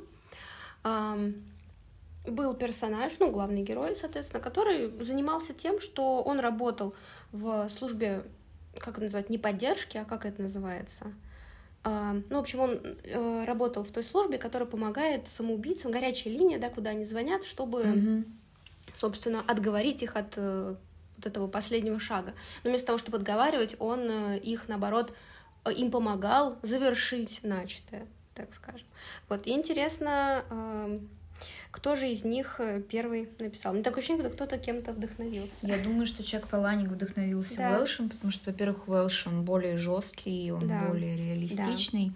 эм, был персонаж, ну, главный герой, соответственно, который занимался тем, что он работал в службе, как это называть, не поддержки, а как это называется? Uh, ну, в общем, он uh, работал в той службе, которая помогает самоубийцам, горячая линия, да, куда они звонят, чтобы, mm-hmm. собственно, отговорить их от uh, вот этого последнего шага. Но вместо того, чтобы отговаривать, он uh, их, наоборот, uh, им помогал завершить начатое, так скажем. Вот, и интересно, uh, кто же из них первый написал. Мне такое ощущение, что кто-то кем-то вдохновился. Я думаю, что Чак Паланик вдохновился да. Уэлшем, потому что, во-первых, Уэлш, он более жесткий, он да. более реалистичный.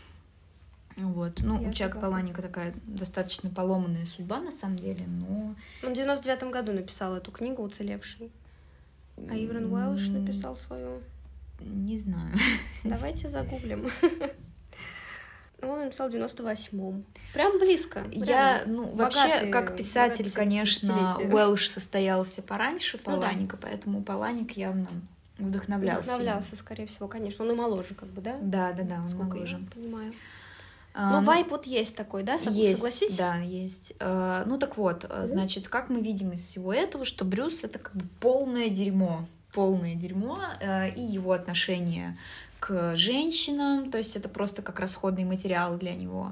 Да. Вот. Ну, Я у Чака согласна. Паланика такая достаточно поломанная судьба, на самом деле, но... Он в девяносто девятом году написал эту книгу «Уцелевший». А Иврен Уэлш написал свою... Не знаю. Давайте загуглим. Он написал в девяносто восьмом. Прям близко. Я, ну, вообще, как писатель, конечно, Уэлш состоялся пораньше Паланика, ну, да. поэтому Паланик явно вдохновлялся. Вдохновлялся, скорее всего, конечно. Он и моложе, как бы, да? Да, да, да, он Сколько моложе. Я понимаю. А, Но ну, вайп вот есть такой, да, есть, согласись? Да, есть. А, ну так вот, mm-hmm. значит, как мы видим из всего этого, что Брюс — это как бы полное дерьмо. Полное дерьмо, и его отношение к женщинам, то есть это просто как расходный материал для него.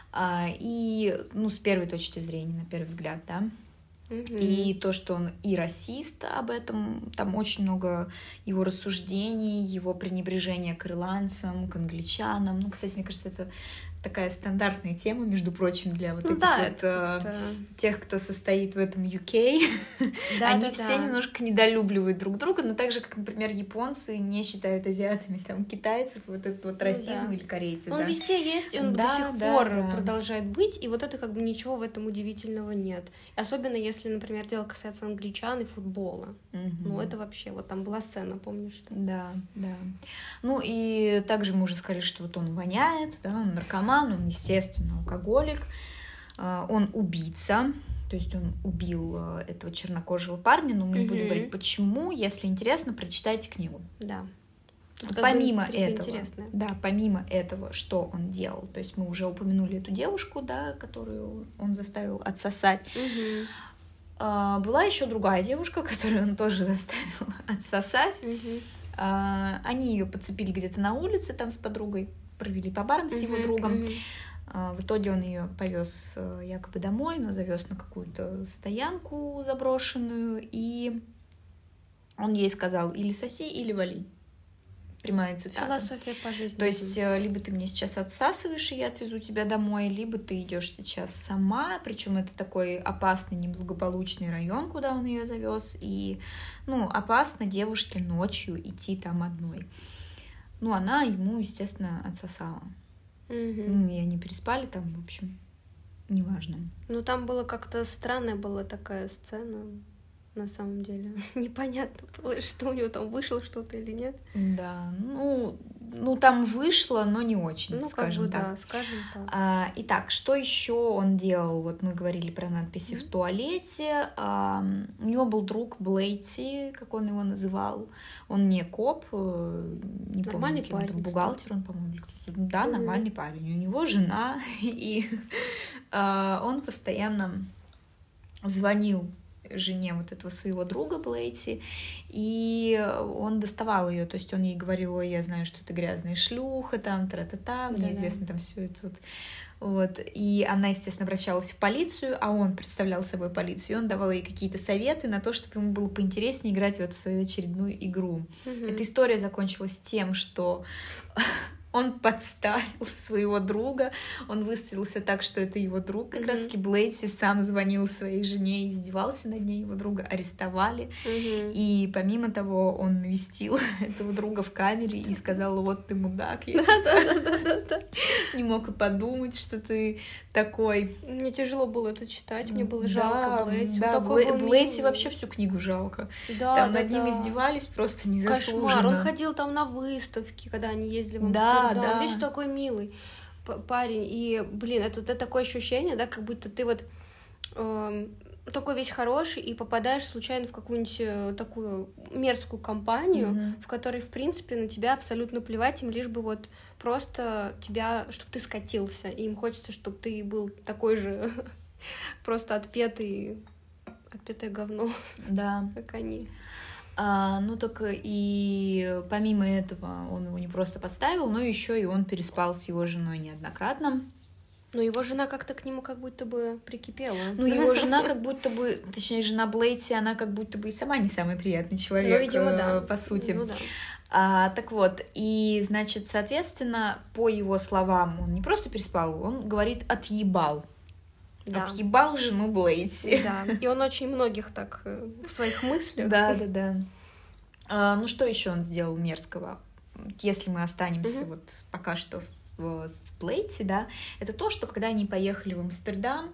И, ну, с первой точки зрения, на первый взгляд, да. Mm-hmm. И то, что он и расист, об этом там очень много его рассуждений, его пренебрежения к ирландцам, к англичанам. Ну, кстати, мне кажется, это такая стандартная тема, между прочим, для вот ну, этих да, вот это... тех, кто состоит в этом ю кей. Да, Они да, все да. немножко недолюбливают друг друга, но так же, как, например, японцы не считают азиатами там китайцев, вот этот вот расизм ну, да. или корейцы. Он да. везде есть, он да, до сих да, пор да. продолжает быть, и вот это как бы ничего в этом удивительного нет. Особенно если, например, дело касается англичан и футбола. Угу. Ну, это вообще, вот там была сцена, помнишь? Что? Да, да. Ну, и также мы уже сказали, что вот он воняет, да, он наркоман, он, естественно, алкоголик, он убийца, то есть он убил этого чернокожего парня, но мы не будем говорить почему, если интересно, прочитайте книгу. Да. Тут помимо этого, да, помимо этого, что он делал, то есть мы уже упомянули эту девушку, да, которую он заставил отсосать. Угу. Была еще другая девушка, которую он тоже заставил отсосать. Угу. Они ее подцепили где-то на улице там с подругой, провели по барам с uh-huh, его другом. Uh-huh. В итоге он ее повез якобы домой, но завез на какую-то стоянку заброшенную, и он ей сказал: или соси, или вали. Прямая цитата. Философия по жизни. То есть либо ты мне сейчас отсасываешь, и я отвезу тебя домой, либо ты идешь сейчас сама, причем это такой опасный, неблагополучный район, куда он ее завез, и ну, опасно девушке ночью идти там одной. Ну, она ему, естественно, отсосала. Mm-hmm. Ну, и они переспали там, в общем, неважно. Ну, там было как-то странная была такая сцена, на самом деле. Непонятно было, что у него там вышло что-то или нет. Да, ну, ну, там вышло, но не очень, ну, скажем как бы, так. Да, скажем так. А, итак, что еще он делал? Вот мы говорили про надписи Mm-hmm. в туалете. А, у него был друг Блейти, как он его называл. Он не коп, не нормальный помню, парень, кем, бухгалтер, он, по-моему, или кто-то. Да, mm-hmm. нормальный парень. У него жена, и а, он постоянно звонил жене вот этого своего друга Блейти, и он доставал ее, то есть он ей говорил: ой, я знаю, что ты грязная шлюха, там, тра-та-та, мне известно там все это вот. Вот. И она, естественно, обращалась в полицию, а он представлял собой полицию, и он давал ей какие-то советы на то, чтобы ему было поинтереснее играть в эту свою очередную игру. Mm-hmm. Эта история закончилась тем, что он подставил своего друга, он выставил все так, что это его друг. Как mm-hmm. раз-таки Блейси сам звонил своей жене и издевался над ней, его друга арестовали. Mm-hmm. И помимо того, он навестил этого друга в камере и сказал: вот ты мудак. Я не мог и подумать, что ты такой. Мне тяжело было это читать, мне было жалко Блейси. Да, Блейси вообще всю книгу жалко. Там над ним издевались просто незаслуженно. Кошмар, он ходил там на выставки, когда они ездили в Амстердам. Да, да. Видишь, такой милый парень. И, блин, это, это такое ощущение, да, как будто ты вот э, такой весь хороший и попадаешь случайно в какую-нибудь э, такую мерзкую компанию, mm-hmm. в которой, в принципе, на тебя абсолютно плевать, им лишь бы вот просто тебя, чтобы ты скатился. И им хочется, чтобы ты был такой же просто отпетый, отпетое говно, да. как они. А, ну так и помимо этого он его не просто подставил, но еще и он переспал с его женой неоднократно. Но его жена как-то к нему как будто бы прикипела. Ну, его жена как будто бы, точнее, жена Блейти, она как будто бы и сама не самый приятный человек, ну, видимо, да. по сути. Ну, да. А, так вот, и, значит, соответственно, по его словам, он не просто переспал, он говорит «отъебал». Да. Отъебал жену Блейти. Да, и он очень многих так в своих мыслях. Да, да, да. А, ну, что еще он сделал мерзкого? Если мы останемся угу. вот пока что в, в Блейти, да, это то, что когда они поехали в Амстердам,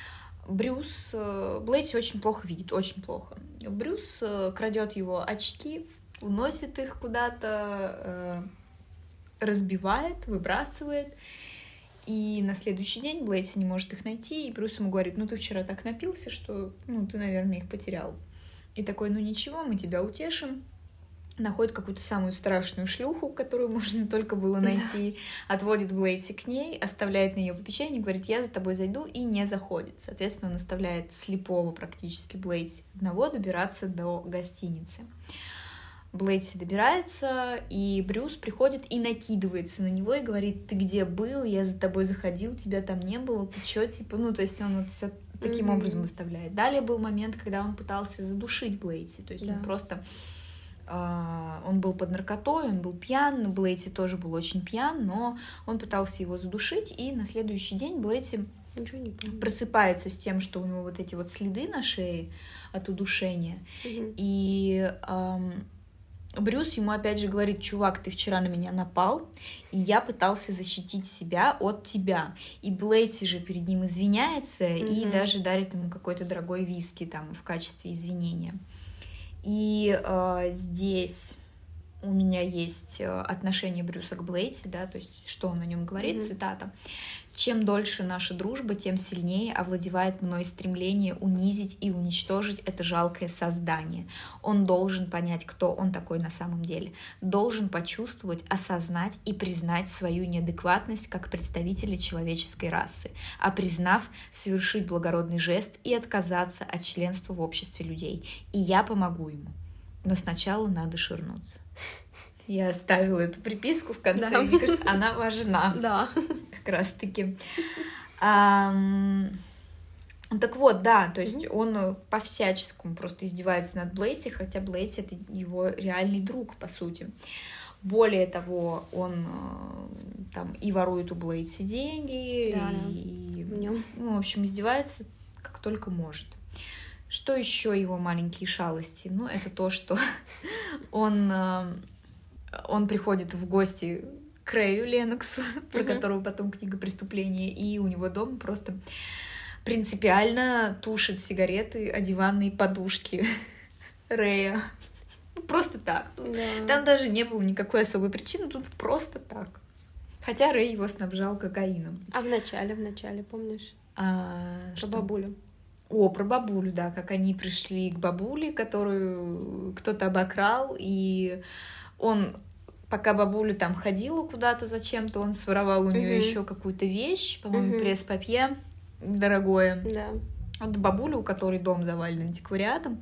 Брюс, Блейти очень плохо видит, очень плохо. Брюс крадет его очки, уносит их куда-то, разбивает, выбрасывает. И на следующий день Блейти не может их найти, и Брюс ему говорит: ну ты вчера так напился, что ну ты, наверное, их потерял. И такой: ну ничего, мы тебя утешим. Находит какую-то самую страшную шлюху, которую можно только было найти, да. отводит Блейти к ней, оставляет на ее попечение, говорит: я за тобой зайду, и не заходит. Соответственно, он оставляет слепого практически Блейти одного добираться до гостиницы. Блейти добирается, и Брюс приходит и накидывается на него и говорит: ты где был, я за тобой заходил, тебя там не было, ты чё, типа, ну, то есть он вот все таким mm-hmm. образом выставляет. Далее был момент, когда он пытался задушить Блейти, то есть да. он просто, э, он был под наркотой, он был пьян, Блейти тоже был очень пьян, но он пытался его задушить, и на следующий день Блейти не просыпается с тем, что у него вот эти вот следы на шее от удушения, mm-hmm. и... Э, Брюс ему опять же говорит: чувак, ты вчера на меня напал, и я пытался защитить себя от тебя. И Блейти же перед ним извиняется mm-hmm. и даже дарит ему какой-то дорогой виски там в качестве извинения. И э, здесь у меня есть отношение Брюса к Блейти, да, то есть что он о нем говорит, mm-hmm. цитата: «Чем дольше наша дружба, тем сильнее овладевает мной стремление унизить и уничтожить это жалкое создание. Он должен понять, кто он такой на самом деле, должен почувствовать, осознать и признать свою неадекватность как представителя человеческой расы, а признав, совершить благородный жест и отказаться от членства в обществе людей. И я помогу ему. Но сначала надо ширнуться». Я оставила эту приписку в конце, да. Мне кажется, она важна. Да. Как раз-таки. А, так вот, да, то есть mm-hmm. он по-всяческому просто издевается над Блейти, хотя Блейти — это его реальный друг, по сути. Более того, он там и ворует у Блейти деньги, да, и, да. ну, в общем, издевается как только может. Что еще его маленькие шалости? Ну, это то, что он... Он приходит в гости к Рэю Ленноксу, про uh-huh. которого потом книга «Преступление», и у него дома просто принципиально тушит сигареты о диванные подушки Рэя. просто так. Тут, Да. там даже не было никакой особой причины, тут просто так. Хотя Рэй его снабжал кокаином. А в начале, в начале, помнишь? А, Про что? бабулю. О, про бабулю, да, как они пришли к бабуле, которую кто-то обокрал, и он, пока бабуля там ходила куда-то зачем-то, он своровал у нее Мгм. еще какую-то вещь, по-моему, Мгм. пресс-папье дорогое. Да. Вот бабуля, у которой дом завален антиквариатом,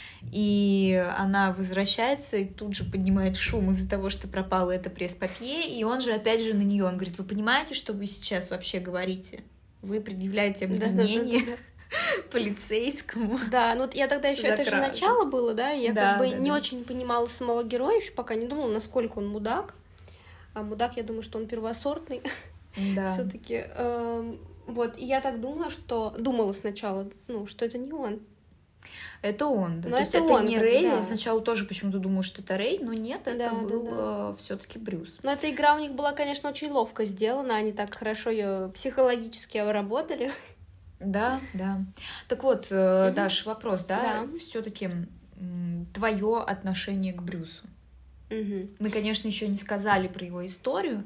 и она возвращается и тут же поднимает шум из-за того, что пропало это пресс-папье, и он же опять же на нее, он говорит: вы понимаете, что вы сейчас вообще говорите? Вы предъявляете обвинение Да-да-да-да. полицейскому. Да, ну вот я тогда еще За это же кражу. начало было, да, и я Да, как бы да, не да. очень понимала самого героя, еще пока не думала, насколько он мудак. А мудак, я думаю, что он первосортный Да. все-таки. Вот, и я так думала, что думала сначала, ну, что это не он. Это он, да. Но То есть это это он, не как- Рэй. да. Я сначала тоже почему-то думала, что это Рэй, но нет, это Да, да, был все-таки Брюс. Но эта игра у них была, конечно, очень ловко сделана, они так хорошо ее психологически обработали. Да, да. Так вот, э, Мгм. Даш, вопрос, да? Да. Все-таки твое отношение к Брюсу. Мгм. Мы, конечно, еще не сказали про его историю,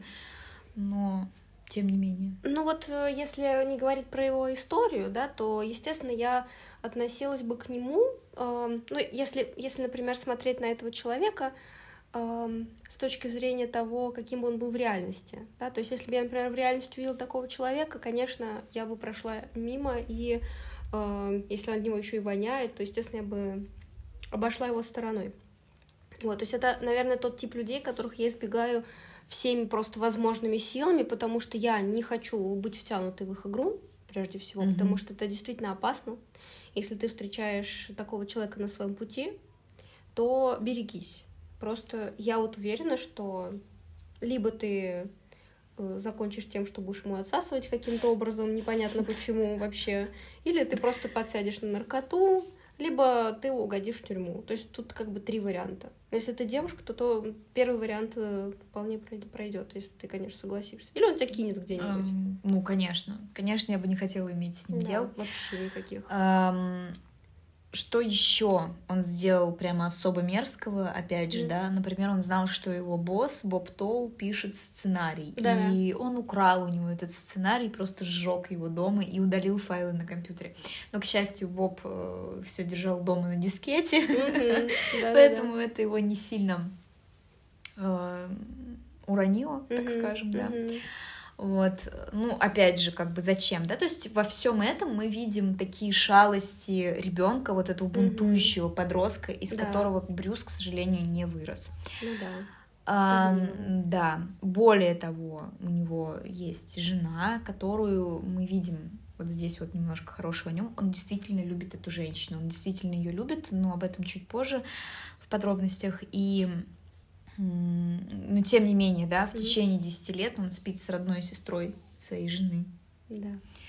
но тем не менее. Ну вот, э, если не говорить про его историю, да, то, естественно, я относилась бы к нему, эм, ну, если, если, например, смотреть на этого человека эм, с точки зрения того, каким бы он был в реальности, да, то есть если бы я, например, в реальности увидела такого человека, конечно, я бы прошла мимо, и эм, если от него еще и воняет, то, естественно, я бы обошла его стороной. Вот, то есть это, наверное, тот тип людей, которых я избегаю всеми просто возможными силами, потому что я не хочу быть втянутой в их игру, прежде всего, Мгм. потому что это действительно опасно. Если ты встречаешь такого человека на своем пути, то берегись. Просто я вот уверена, что либо ты э, закончишь тем, что будешь ему отсасывать каким-то образом, непонятно почему вообще, или ты просто подсядешь на наркоту, либо ты угодишь в тюрьму. То есть тут как бы три варианта. Если ты девушка, то, то первый вариант э, вполне пройдет, если ты, конечно, согласишься. Или он тебя кинет где-нибудь. Эм, ну, конечно. Конечно, я бы не хотела иметь с ним Да, дел. вообще никаких. Эм, Что еще он сделал прямо особо мерзкого, опять же, Мгм. да? Например, он знал, что его босс Боб Толл пишет сценарий, Да. и он украл у него этот сценарий, просто сжег его дома и удалил файлы на компьютере. Но, к счастью, Боб все держал дома на дискете, Мгм. Да-да-да. поэтому это его не сильно э, уронило, так Мгм. скажем, да. Мгм. Вот, ну, опять же, как бы зачем, да, то есть во всем этом мы видим такие шалости ребенка, вот этого бунтующего подростка, из Да. которого Брюс, к сожалению, не вырос. Ну да. А, Стабильно. да, более того, у него есть жена, которую мы видим вот здесь вот немножко хорошего о нем. Он действительно любит эту женщину, он действительно ее любит, но об этом чуть позже в подробностях. И но тем не менее, да, в Мгм. течение десяти лет он спит с родной сестрой своей жены. Да.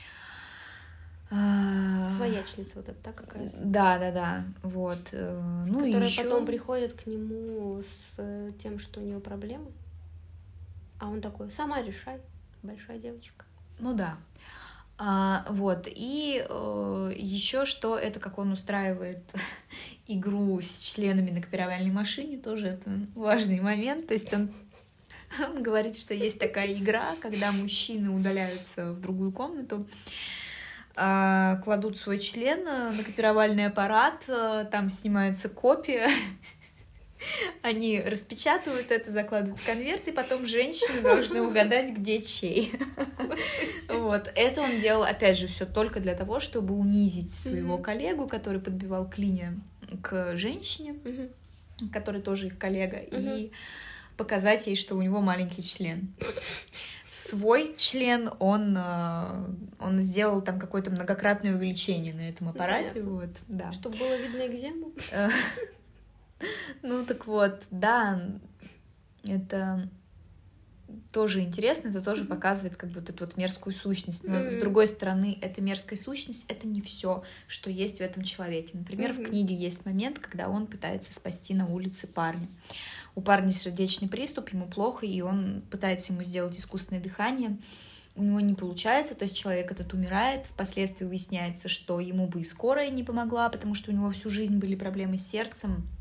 А, Своячница вот эта, так как раз. Да, да, да. Вот. э, Ну и Которая еще. потом приходит к нему с э, тем, что у нее проблемы. А он такой: сама решай, большая девочка. Ну да. А, вот. И э, еще что, это как он устраивает игру с членами на копировальной машине, тоже это важный момент. То есть он, он говорит, что есть такая игра, когда мужчины удаляются в другую комнату, а, кладут свой член на копировальный аппарат, а, там снимается копия, они распечатывают это, закладывают в конверт, и потом женщины должны угадать, где чей. Вот. Это он делал, опять же, все только для того, чтобы унизить своего Мгм. коллегу, который подбивал клинья к женщине, Мгм. который тоже их коллега, Мгм. и показать ей, что у него маленький член. Свой член он, э, он сделал там какое-то многократное увеличение на этом аппарате. Понятно. Вот, да. Чтобы было видно экзему. Э, Ну так вот, да, это тоже интересно, это тоже показывает как бы вот эту вот мерзкую сущность. Но с Мгм. другой стороны, эта мерзкая сущность — это не все, что есть в этом человеке. Например, в Мгм. книге есть момент, когда он пытается спасти на улице парня. У парня сердечный приступ, ему плохо, и он пытается ему сделать искусственное дыхание. У него не получается, то есть человек этот умирает. Впоследствии выясняется, что ему бы и скорая не помогла, потому что у него всю жизнь были проблемы с сердцем.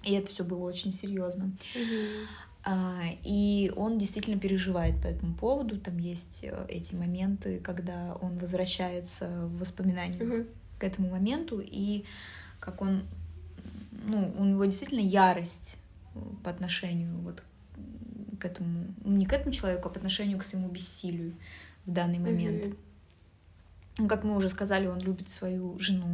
И это все было очень серьезно. Мгм. А, И он действительно переживает по этому поводу. Там есть э, эти моменты, когда он возвращается в воспоминаниях Мгм. к этому моменту, и как он, ну, у него действительно ярость э, по отношению вот к этому, ну, не к этому человеку, а по отношению к своему бессилию в данный момент. Мгм. Ну, как мы уже сказали, он любит свою жену.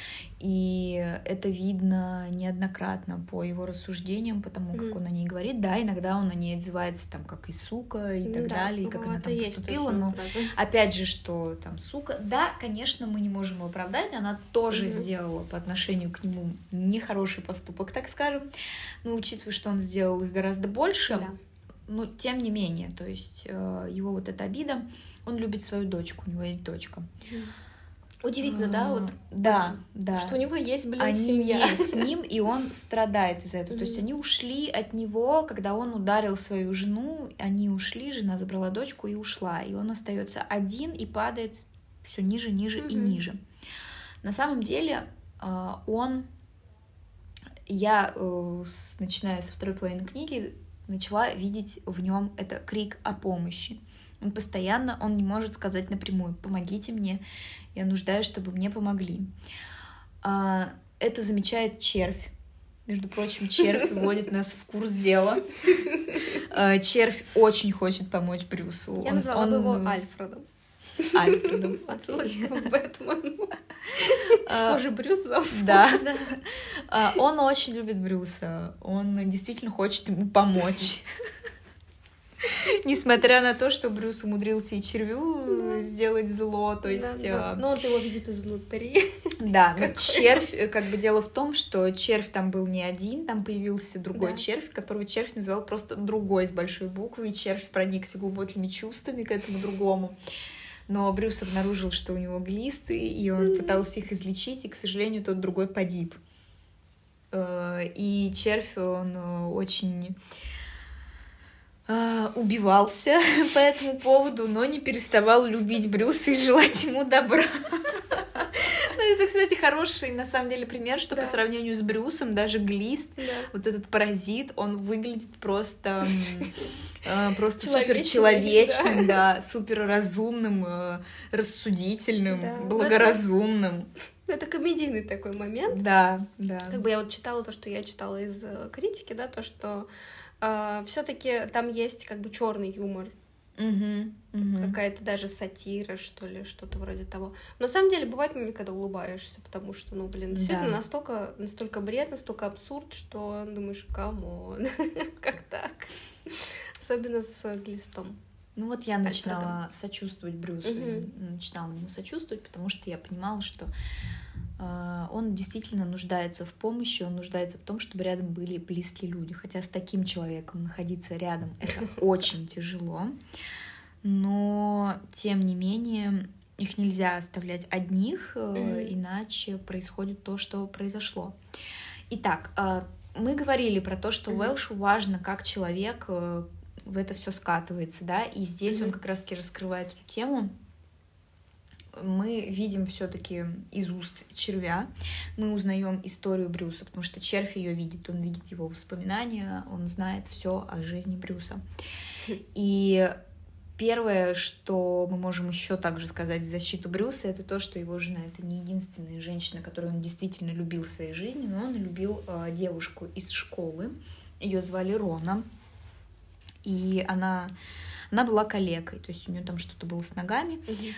И это видно неоднократно по его рассуждениям, потому как Мгм. он о ней говорит. Да, иногда он о ней отзывается там как и сука, и Ну так да, далее, и как она бывает, там и есть поступила. тоже Но фраза. опять же, что там сука. Да, конечно, мы не можем его оправдать. Она тоже Мгм. сделала по отношению к нему нехороший поступок, так скажем. Но учитывая, что он сделал их гораздо больше, Да. но тем не менее, то есть э, его вот эта обида, он любит свою дочку, у него есть дочка. Удивительно, да, А, вот, Да, да. что у него есть, блин, Они семья. не с ним, и он страдает из-за этого. То есть Мгм. они ушли от него, когда он ударил свою жену, они ушли, жена забрала дочку и ушла. И он остается один и падает все ниже, ниже и Мгм. ниже. На самом деле а, он... Я, э, с- начиная со второй половины книги, начала видеть в нем это крик о помощи. Он постоянно, он не может сказать напрямую: «Помогите мне, я нуждаюсь, чтобы мне помогли». А, Это замечает червь. Между прочим, червь вводит нас в курс дела. А, Червь очень хочет помочь Брюсу. Я Он- назвала он, бы его э, Альфредом. Альфредом. Отсылочка к Бэтмену. А, Боже, Брюс зов. Да, да. А, Он очень любит Брюса. Он действительно хочет ему помочь. Несмотря на то, что Брюс умудрился и червю сделать зло, то есть... Да, да. а, Но он его видит изнутри. Да, но Какой? червь, э, как бы дело в том, что червь там был не один, там появился другой Да. червь, которого червь называл просто другой с большой буквы, и червь проникся глубокими чувствами к этому другому. Но Брюс обнаружил, что у него глисты, и он пытался их излечить, и, к сожалению, тот другой погиб. Э, И червь, он э, очень э, убивался по этому поводу, но не переставал любить Брюса и желать ему добра. Ну, это, кстати, хороший, на самом деле, пример, что Да. по сравнению с Брюсом даже глист, Да. вот этот паразит, он выглядит просто, м, э, просто Человечный, суперчеловечным, да, суперразумным, э, рассудительным, Да. благоразумным. Это комедийный такой момент. Да, да. Как бы я вот читала то, что я читала из э, критики, да, то, что все-таки там есть как бы черный юмор, Мгм, мгм. какая-то даже сатира, что ли, что-то вроде того. Но на самом деле бывает момент, когда улыбаешься, потому что, ну, блин, действительно Да. настолько, настолько бред, настолько абсурд, что думаешь, камон, как так? Особенно с глистом. Ну вот я Альфредом. начинала сочувствовать Брюсу, Мгм. и начинала ему сочувствовать, потому что я понимала, что э, он действительно нуждается в помощи, он нуждается в том, чтобы рядом были близкие люди. Хотя с таким человеком находиться рядом — это очень тяжело, но тем не менее их нельзя оставлять одних, э, Мгм. иначе происходит то, что произошло. Итак, э, мы говорили про то, что Мгм. Уэлшу важно, как человек э, в это все скатывается, да, и здесь он Мгм. как раз-таки раскрывает эту тему. Мы видим все-таки из уст червя, мы узнаем историю Брюса, потому что червь ее видит, он видит его воспоминания, он знает все о жизни Брюса. И первое, что мы можем еще также сказать в защиту Брюса, это то, что его жена — это не единственная женщина, которую он действительно любил в своей жизни, но он любил э, девушку из школы. Ее звали Рона, и она, она была калекой, то есть у нее там что-то было с ногами, Мгм.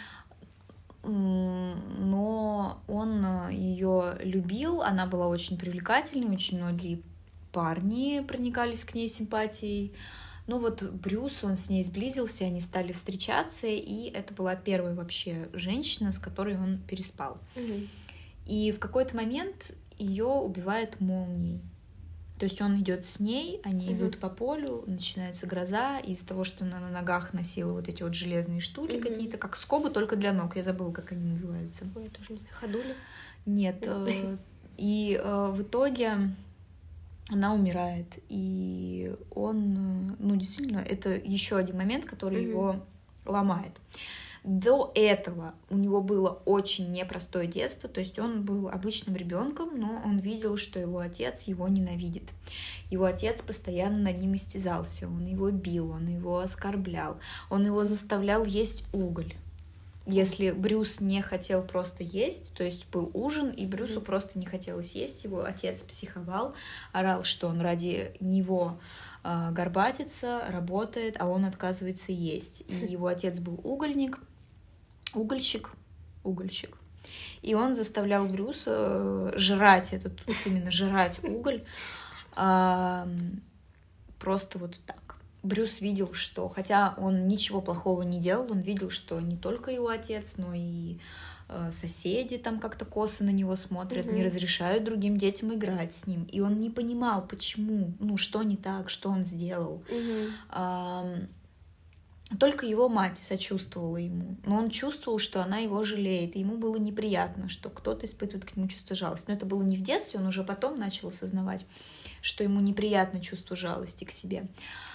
М, но он ее любил, она была очень привлекательной, очень многие парни проникались к ней симпатией. Ну вот Брюс, он с ней сблизился, они стали встречаться, и это была первая вообще женщина, с которой он переспал. Мгм. И в какой-то момент ее убивает молнией. То есть он идет с ней, они Мгм. идут по полю, начинается гроза, и из-за того, что она на ногах носила вот эти вот железные штуки Мгм. какие-то, как скобы, только для ног, я забыла, как они называются. Ой, я тоже не знаю. Ходули? Нет, э, и э, в итоге она умирает, и он, э, ну, действительно, это еще один момент, который Мгм. его ломает. До этого у него было очень непростое детство, то есть он был обычным ребенком, но он видел, что его отец его ненавидит. Его отец постоянно над ним истязался, он его бил, он его оскорблял, он его заставлял есть уголь. Если Брюс не хотел просто есть, то есть был ужин, и Брюсу mm-hmm. просто не хотелось есть, его отец психовал, орал, что он ради него э, горбатится, работает, а он отказывается есть. И его отец был угольник, угольщик, угольщик. И он заставлял Брюса жрать этот, именно жрать уголь, э, просто вот так. Брюс видел, что, хотя он ничего плохого не делал, он видел, что не только его отец, но и э, соседи там как-то косо на него смотрят, mm-hmm. не разрешают другим детям играть с ним. И он не понимал, почему, ну, что не так, что он сделал. Mm-hmm. А, только его мать сочувствовала ему, но он чувствовал, что она его жалеет, и ему было неприятно, что кто-то испытывает к нему чувство жалости. Но это было не в детстве, он уже потом начал осознавать, что ему неприятно чувство жалости к себе.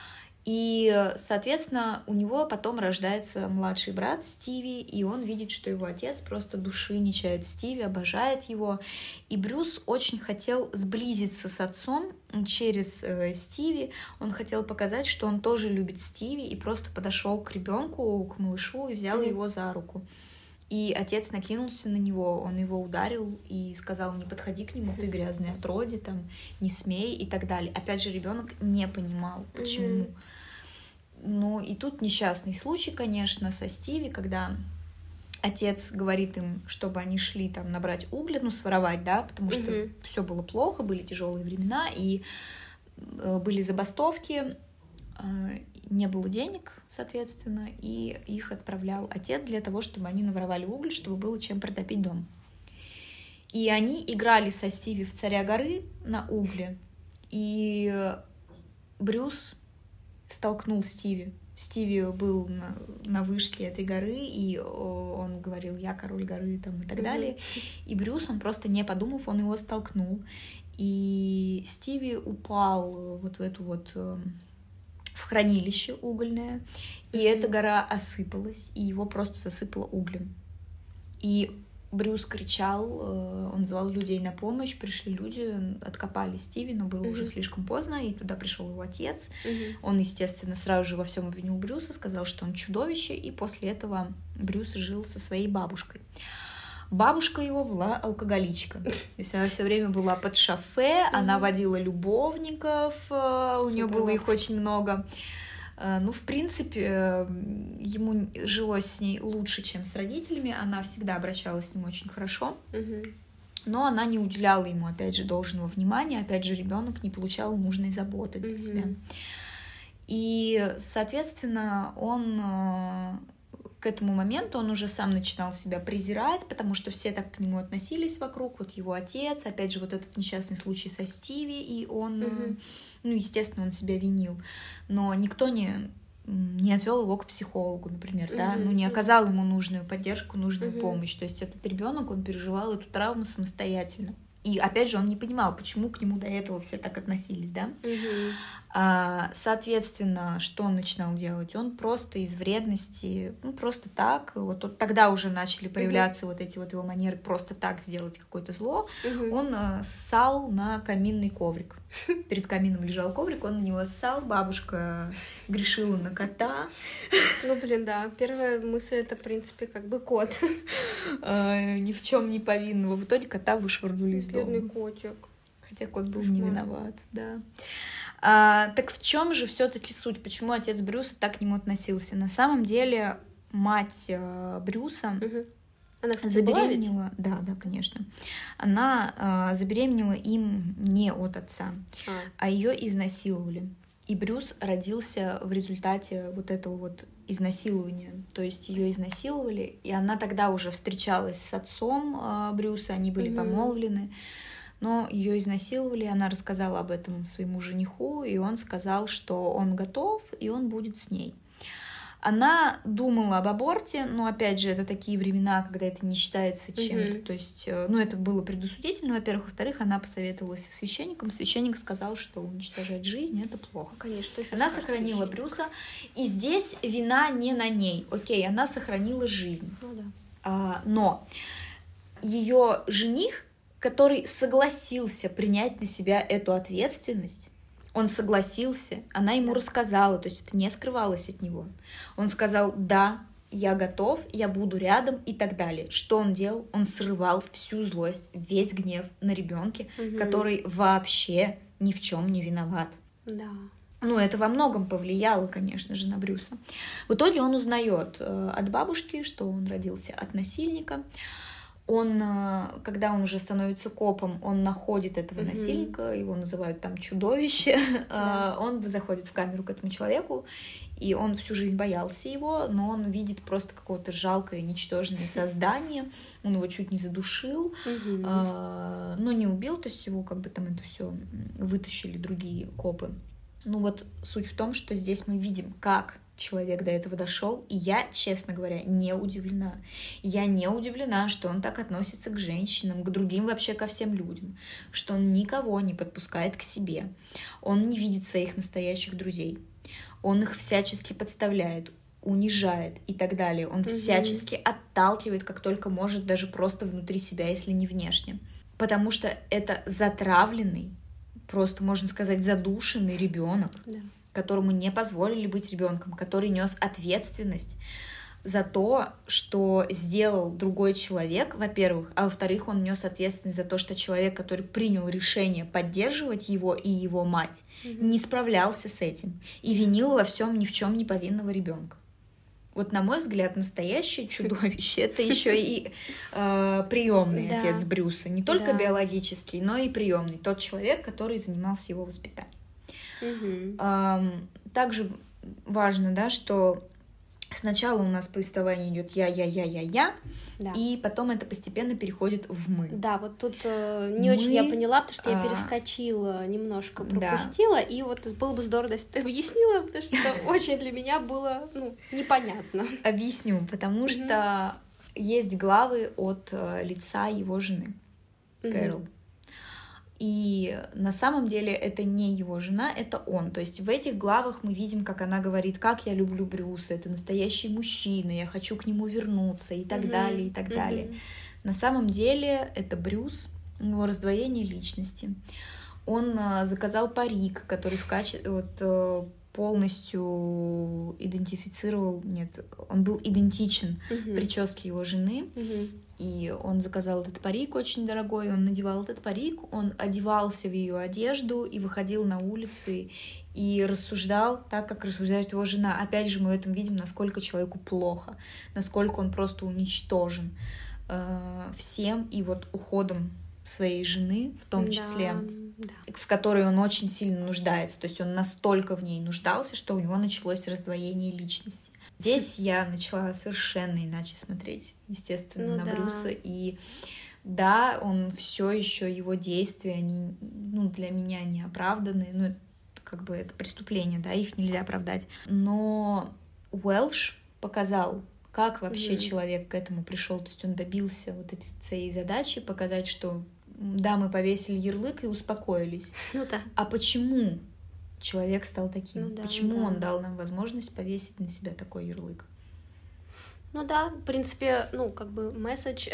И, соответственно, у него потом рождается младший брат Стиви, и он видит, что его отец просто души не чает в Стиви, обожает его. И Брюс очень хотел сблизиться с отцом через э, Стиви. Он хотел показать, что он тоже любит Стиви, и просто подошел к ребенку, к малышу, и взял mm-hmm. его за руку. И отец накинулся на него, он его ударил и сказал: не подходи к нему, ты грязный отродье, там, не смей и так далее. Опять же, ребенок не понимал, почему. Mm-hmm. Ну и тут несчастный случай, конечно, со Стиви, когда отец говорит им, чтобы они шли там набрать угля, ну, своровать, да, потому что mm-hmm. все было плохо, были тяжелые времена, и э, были забастовки, э, не было денег, соответственно, и их отправлял отец для того, чтобы они наворовали уголь, чтобы было чем протопить дом. И они играли со Стиви в «Царя горы» на угле, и Брюс столкнул Стиви. Стиви был на, на вышке этой горы, и он говорил: я король горы, там, и так mm-hmm. далее. И Брюс, он просто не подумав, он его столкнул. И Стиви упал вот в эту вот в хранилище угольное, и mm-hmm. эта гора осыпалась, и его просто засыпало углем. И Брюс кричал, он звал людей на помощь, пришли люди, откопали Стиви, но было mm-hmm. уже слишком поздно, и туда пришел его отец. Mm-hmm. Он, естественно, сразу же во всем обвинил Брюса, сказал, что он чудовище, и после этого Брюс жил со своей бабушкой. Бабушка его была алкоголичка. То есть она все время была под шофе, mm-hmm. она водила любовников, у нее было их очень много. Ну, в принципе, ему жилось с ней лучше, чем с родителями. Она всегда обращалась с ним очень хорошо. Mm-hmm. Но она не уделяла ему, опять же, должного внимания. Опять же, ребенок не получал нужной заботы для mm-hmm. себя. И, соответственно, он к этому моменту он уже сам начинал себя презирать, потому что все так к нему относились вокруг. Вот его отец, опять же, вот этот несчастный случай со Стиви, и он... Mm-hmm. Ну, естественно, он себя винил, но никто не, не отвел его к психологу, например, mm-hmm. да, ну, не оказал ему нужную поддержку, нужную mm-hmm. помощь. То есть этот ребенок, он переживал эту травму самостоятельно. И, опять же, он не понимал, почему к нему до этого все так относились, да. Mm-hmm. А, соответственно, что он начинал делать? Он просто из вредности, ну, просто так, вот, вот тогда уже начали появляться mm-hmm. вот эти вот его манеры просто так сделать какое-то зло. Mm-hmm. Он а, ссал на каминный коврик. Перед камином лежал коврик, он на него ссал, бабушка грешила на кота. Ну, блин, да, первая мысль — это, в принципе, как бы кот. Ни в чем не повинного. В итоге кота вышвырнули из дома. Бедный котик. Хотя кот был не виноват, да. А, так в чем же все-таки суть? Почему отец Брюса так к нему относился? На самом деле мать э, Брюса угу. Она, кстати, забеременела, да, да, конечно. Она э, забеременела им не от отца, а, а ее изнасиловали. И Брюс родился в результате вот этого вот изнасилования. То есть ее изнасиловали, и она тогда уже встречалась с отцом э, Брюса, они были mm-hmm. помолвлены, но ее изнасиловали, она рассказала об этом своему жениху, и он сказал, что он готов, и он будет с ней. Она думала об аборте, но, опять же, это такие времена, когда это не считается чем-то. Mm-hmm. То есть, ну, это было предусудительно, во-первых. Во-вторых, она посоветовалась со священником. Священник сказал, что уничтожать жизнь — это плохо. Конечно. Она сохранила Брюса. И здесь вина не на ней. Окей, она сохранила жизнь. Ну, да. а, но ее жених, который согласился принять на себя эту ответственность, он согласился, она ему рассказала, то есть это не скрывалось от него. Он сказал: да, я готов, я буду рядом и так далее. Что он делал? Он срывал всю злость, весь гнев на ребенке, угу. который вообще ни в чем не виноват. Да. Ну, это во многом повлияло, конечно же, на Брюса. В итоге он узнает э, от бабушки, что он родился от насильника. Он, когда он уже становится копом, он находит этого mm-hmm. насильника, его называют там чудовище, yeah. он заходит в камеру к этому человеку, и он всю жизнь боялся его, но он видит просто какое-то жалкое, ничтожное создание, он его чуть не задушил, mm-hmm. но не убил, то есть его как бы там это все вытащили другие копы. Ну вот суть в том, что здесь мы видим, как человек до этого дошел, и я, честно говоря, не удивлена. Я не удивлена, что он так относится к женщинам, к другим, вообще ко всем людям, что он никого не подпускает к себе, он не видит своих настоящих друзей, он их всячески подставляет, унижает и так далее, он угу. всячески отталкивает, как только может, даже просто внутри себя, если не внешне, потому что это затравленный, просто, можно сказать, задушенный ребенок, да. которому не позволили быть ребенком, который нес ответственность за то, что сделал другой человек, во-первых, а во-вторых, он нес ответственность за то, что человек, который принял решение поддерживать его и его мать, mm-hmm. не справлялся с этим и винил во всем ни в чем не повинного ребенка. Вот, на мой взгляд, настоящее чудовище — это еще и э, приемный да. отец Брюса, не только да. биологический, но и приемный, тот человек, который занимался его воспитанием. Угу. Также важно, да, что сначала у нас повествование идет я, я, я, я, я, да. и потом это постепенно переходит в мы. Да, вот тут э, не мы, очень я поняла, потому что а... я перескочила немножко, пропустила, да. и вот было бы здорово, если ты объяснила, потому что очень для меня было ну, непонятно. Объясню, потому что есть главы от лица его жены, Кэрол. И на самом деле это не его жена, это он. То есть в этих главах мы видим, как она говорит: как я люблю Брюса, это настоящий мужчина, я хочу к нему вернуться и так mm-hmm. далее, и так mm-hmm. далее. На самом деле это Брюс, у него раздвоение личности. Он заказал парик, который в качестве... Вот, полностью идентифицировал, нет, он был идентичен uh-huh. прическе его жены, uh-huh. и он заказал этот парик очень дорогой, он надевал этот парик, он одевался в ее одежду и выходил на улицы и рассуждал так, как рассуждает его жена. Опять же, мы в этом видим, насколько человеку плохо, насколько он просто уничтожен э, всем и вот уходом своей жены, в том числе, да, да. в которой он очень сильно нуждается. То есть он настолько в ней нуждался, что у него началось раздвоение личности. Здесь я начала совершенно иначе смотреть, естественно, ну, на да. Брюса. И да, он все еще, его действия, они, ну, для меня не оправданы. Ну, как бы это преступление, да, их нельзя оправдать. Но Уэлш показал, как вообще mm-hmm. человек к этому пришел. То есть он добился вот этой своей задачи показать, что да, мы повесили ярлык и успокоились. Ну да. А почему человек стал таким? Ну да, почему ну да. он дал нам возможность повесить на себя такой ярлык? Ну да, в принципе, ну как бы месседж,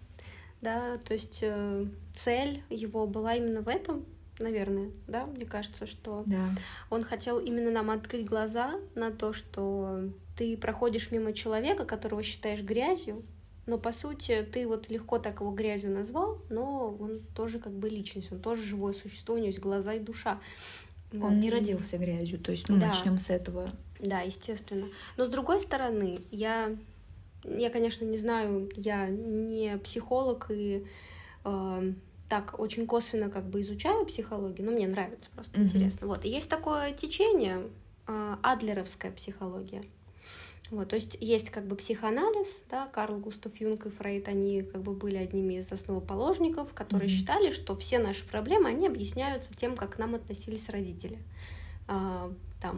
да, то есть э, цель его была именно в этом, наверное, да, мне кажется, что да. он хотел именно нам открыть глаза на то, что ты проходишь мимо человека, которого считаешь грязью, но по сути ты вот легко так его грязью назвал, но он тоже как бы личность, он тоже живое существо, у него есть глаза и душа. Он вот. не родился грязью, то есть, ну, да. начнем с этого. Да, естественно. Но с другой стороны, я, я конечно, не знаю, я не психолог и э, так очень косвенно как бы изучаю психологию, но мне нравится просто, mm-hmm. интересно. Вот, и есть такое течение, э, адлеровская психология. Вот, то есть есть как бы психоанализ, да, Карл Густав Юнг и Фрейд, они как бы были одними из основоположников, которые mm-hmm. считали, что все наши проблемы, они объясняются тем, как к нам относились родители. А, там,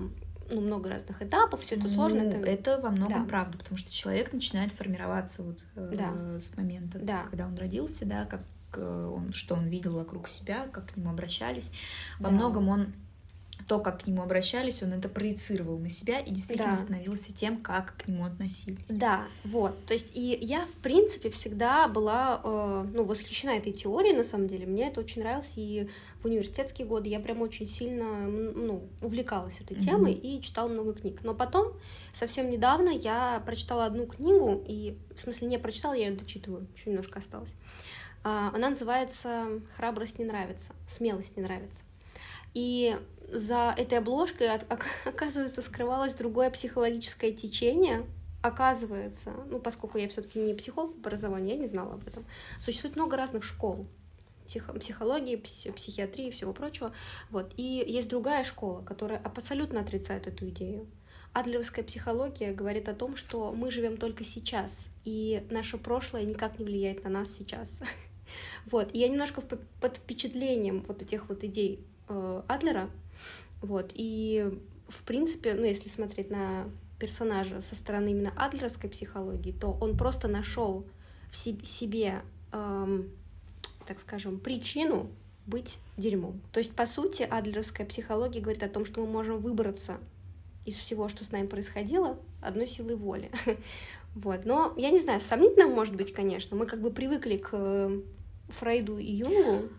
ну, много разных этапов, все это сложно. Ну, это... это во многом Да. правда, потому что человек начинает формироваться вот э, Да. с момента, Да. когда он родился, да, как э, он, что он видел вокруг себя, как к нему обращались. Во Да. многом он то, как к нему обращались, он это проецировал на себя и действительно Да. становился тем, как к нему относились. Да, вот. То есть и я, в принципе, всегда была э, ну, восхищена этой теорией, на самом деле. Мне это очень нравилось, и в университетские годы я прям очень сильно ну, увлекалась этой темой mm-hmm. и читала много книг. Но потом, совсем недавно, я прочитала одну книгу, и, в смысле, не прочитала, я ее дочитываю, еще немножко осталось. Э, она называется «Храбрость не нравится», «Смелость не нравится». И за этой обложкой, оказывается, скрывалось другое психологическое течение. Оказывается, ну, поскольку я все-таки не психолог по образованию, я не знала об этом. Существует много разных школ псих... психологии, психиатрии и всего прочего. Вот. И есть другая школа, которая абсолютно отрицает эту идею. Адлеровская психология говорит о том, что мы живем только сейчас, и наше прошлое никак не влияет на нас сейчас. Вот. И я немножко под впечатлением вот этих вот идей Адлера, вот, и, в принципе, ну, если смотреть на персонажа со стороны именно адлеровской психологии, то он просто нашел в себе, эм, так скажем, причину быть дерьмом. То есть, по сути, адлеровская психология говорит о том, что мы можем выбраться из всего, что с нами происходило, одной силой воли. Вот. Но, я не знаю, сомнительно может быть, конечно, мы как бы привыкли к Фрейду и Юнгу.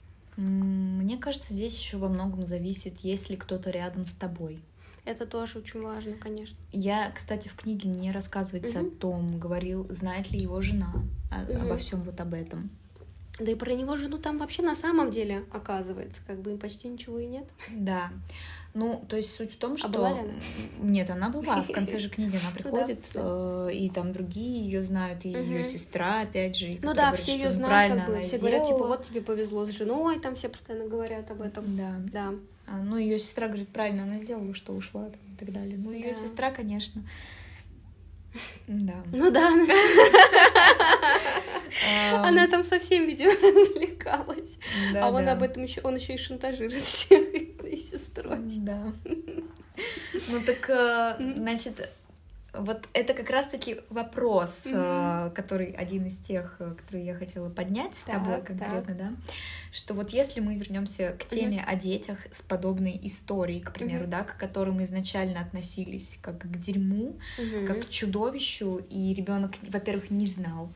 Мне кажется, здесь еще во многом зависит, есть ли кто-то рядом с тобой. Это тоже очень важно, конечно. Я, кстати, в книге не рассказывается угу. о том, говорил, знает ли его жена угу. обо всем вот об этом. Да и про него жену там вообще на самом деле, оказывается, как бы почти ничего и нет. Да. Ну, то есть суть в том, что... А была ли она? Нет, она была. В конце же книги она приходит, и там другие ее знают, и ее сестра, опять же. Ну да, все ее знают, как бы. Все говорят, типа, вот тебе повезло с женой, там все постоянно говорят об этом. Да. Да. Ну, ее сестра говорит, правильно она сделала, что ушла там, и так далее. Ну, ее сестра, конечно... Да. Ну да, она... она там совсем, видимо, развлекалась. Да, а он да. об этом еще, он еще и шантажирует всех и сестрой. Да. Ну так, значит, вот это как раз-таки вопрос, mm-hmm. который один из тех, который я хотела поднять с тобой так, конкретно, так. да, что вот если мы вернемся к теме mm-hmm. о детях с подобной историей, к примеру, mm-hmm. да, к которой мы изначально относились как к дерьму, mm-hmm. как к чудовищу, и ребенок, во-первых, не знал,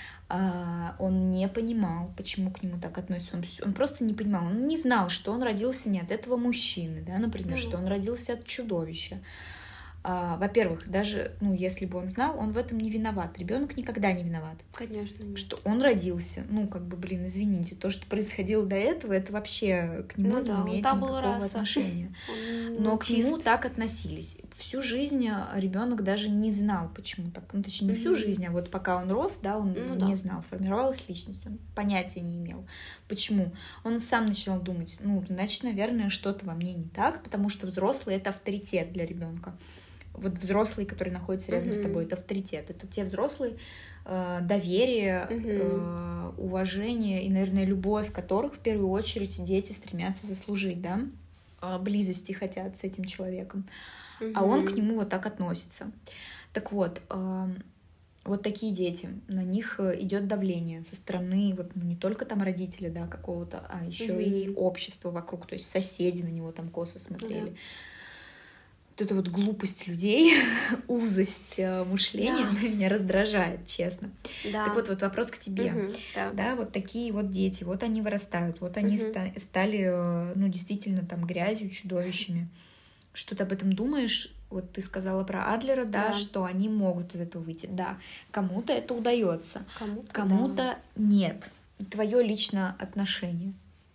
он не понимал, почему к нему так относятся, он, он просто не понимал, он не знал, что он родился не от этого мужчины, да, например, mm-hmm. что он родился от чудовища. А, во-первых, даже, ну, если бы он знал, он в этом не виноват. Ребенок никогда не виноват. Конечно. Нет. Что он родился. Ну, как бы, блин, извините, то, что происходило до этого, это вообще к нему ну, не да, имеет никакого отношения. Но к нему так относились. Всю жизнь ребенок даже не знал, почему так. Ну, точнее, не всю жизнь, а вот пока он рос, да, он ну, не да. знал, формировалась личность, он понятия не имел. Почему? Он сам начал думать, ну, значит, наверное, что-то во мне не так, потому что взрослый — это авторитет для ребенка. Вот взрослые, которые находятся рядом mm-hmm. с тобой, это авторитет. Это те взрослые, э, доверие, mm-hmm. э, уважение и, наверное, любовь которых в первую очередь дети стремятся заслужить, да, э, близости хотят с этим человеком. Mm-hmm. А он к нему вот так относится. Так вот, э, вот такие дети, на них идет давление со стороны вот ну, не только там родителя, да, какого-то, а еще mm-hmm. и общества вокруг, то есть соседи на него там косо смотрели. Mm-hmm. Вот эта вот глупость людей, узость мышления да. меня раздражает, честно. Да. Так вот, вот вопрос к тебе. Угу, да. да, вот такие вот дети, вот они вырастают, вот они угу. ста- стали, ну, действительно, там, грязью, чудовищами. Что ты об этом думаешь? Вот ты сказала про Адлера, да, да, что они могут из этого выйти. Да, кому-то это удается, кому-то, кому-то да. нет. Твое личное отношение.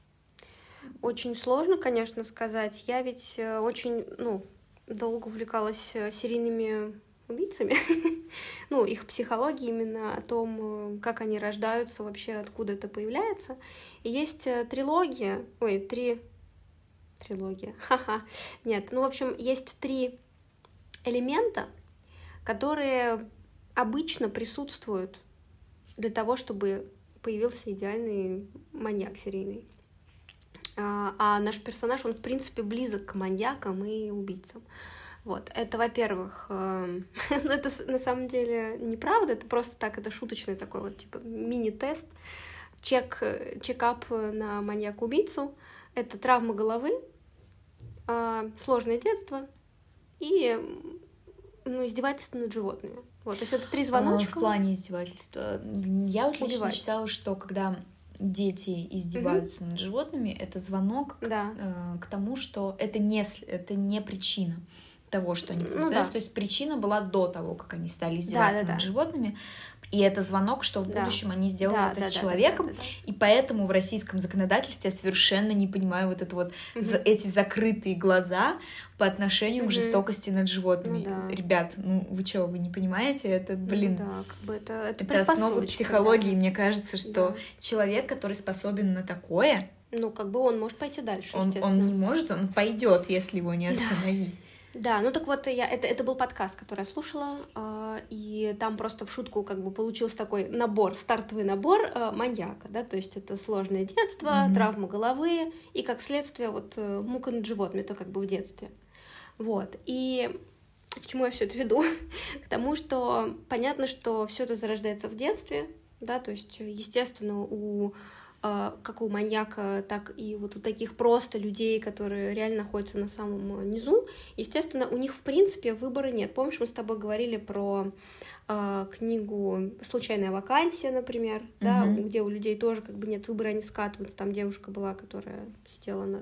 Очень сложно, конечно, сказать. Я ведь очень, ну, долго увлекалась серийными убийцами, ну, их психологией именно, о том, как они рождаются, вообще откуда это появляется. И есть трилогия, ой, три... Трилогия, ха-ха, нет, ну, в общем, есть три элемента, которые обычно присутствуют для того, чтобы появился идеальный маньяк серийный. А наш персонаж, он, в принципе, близок к маньякам и убийцам. Вот, это, во-первых, э, ну, это на самом деле неправда, это просто так, это шуточный такой вот, типа, мини-тест, чек, чекап на маньяка-убийцу, это травма головы, э, сложное детство и, ну, издевательство над животными. Вот, то есть это три звоночка. В плане издевательства. Я вот лично считала, что когда дети издеваются угу. над животными, это звонок да. к, э, к тому, что это не, это не причина того, что они будут ну, да. То есть причина была до того, как они стали издеваться да, да, над да. животными. И это звонок, что в будущем да. они сделают да, это да, с да, человеком. Да, да, да, да. И поэтому в российском законодательстве я совершенно не понимаю вот это вот угу. за, эти закрытые глаза по отношению угу. к жестокости над животными. Ну, да. Ребят, ну вы что, вы не понимаете? Это, блин, ну, да, как бы это, это, это основа психологии. Да. Мне кажется, что да. человек, который способен на такое, ну, как бы он может пойти дальше, он, естественно. Он не может, он пойдет, если его не остановить. Да. Да, ну так вот, я, это, это был подкаст, который я слушала, э, и там просто в шутку как бы получился такой набор, стартовый набор э, маньяка, да, то есть это сложное детство, mm-hmm. травма головы и, как следствие, вот э, мука над животными, это как бы в детстве. Вот, и к чему я все это веду? К тому, что понятно, что все это зарождается в детстве, да, то есть, естественно, у как у маньяка, так и вот у таких просто людей, которые реально находятся на самом низу, естественно, у них, в принципе, выбора нет. Помнишь, мы с тобой говорили про э, книгу «Случайная вакансия», например, uh-huh. да, где у людей тоже как бы нет выбора, они скатываются. Там девушка была, которая сидела на,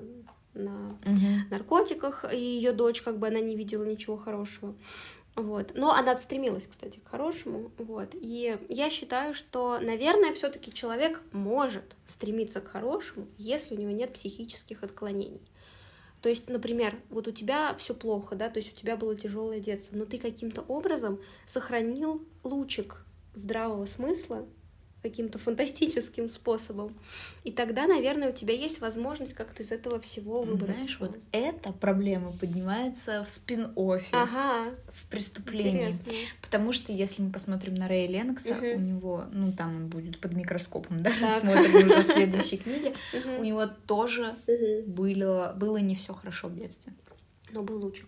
на uh-huh. наркотиках, и ее дочь, как бы, она не видела ничего хорошего. Вот. Но она стремилась, кстати, к хорошему. Вот. И я считаю, что, наверное, все-таки человек может стремиться к хорошему, если у него нет психических отклонений. То есть, например, вот у тебя все плохо, да, то есть у тебя было тяжелое детство, но ты каким-то образом сохранил лучик здравого смысла каким-то фантастическим способом. И тогда, наверное, у тебя есть возможность как-то из этого всего выбраться. Знаешь, вот эта проблема поднимается в спин-оффе, ага. в преступлении. Интересно. Потому что если мы посмотрим на Рэя Леннокса, угу. у него, ну там он будет под микроскопом, да, смотрим уже в следующей книге, у него тоже было, было не все хорошо в детстве. Но был лучик.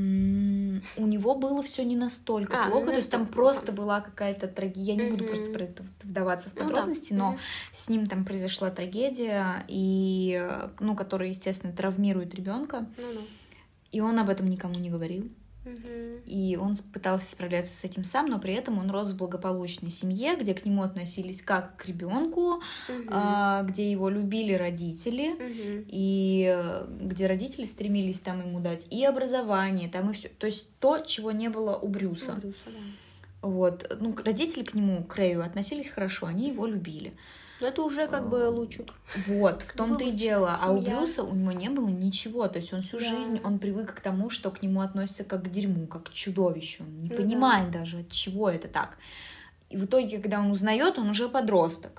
Mm, у него было все не настолько а, плохо, ну, то есть там просто была какая-то трагедия. Я не mm-hmm. буду просто про это вдаваться в подробности, ну, да. но mm-hmm. с ним там произошла трагедия, и, ну, которая, естественно, травмирует ребенка, mm-hmm. и он об этом никому не говорил. Mm-hmm. И он пытался справляться с этим сам, но при этом он рос в благополучной семье, где к нему относились как к ребенку, mm-hmm. а, где его любили родители, mm-hmm. и где родители стремились там ему дать и образование, там и все. То есть то, чего не было у Брюса. У Брюса, да. Вот. Ну, родители к нему, к Рэю, относились хорошо, они его любили. Но это уже как бы лучик. Вот, в том-то и дело. Семья. А у Брюса у него не было ничего. То есть он всю да. жизнь, он привык к тому, что к нему относятся как к дерьму, как к чудовищу. Он не ну, понимает да. даже, от чего это так. И в итоге, когда он узнает, он уже подросток.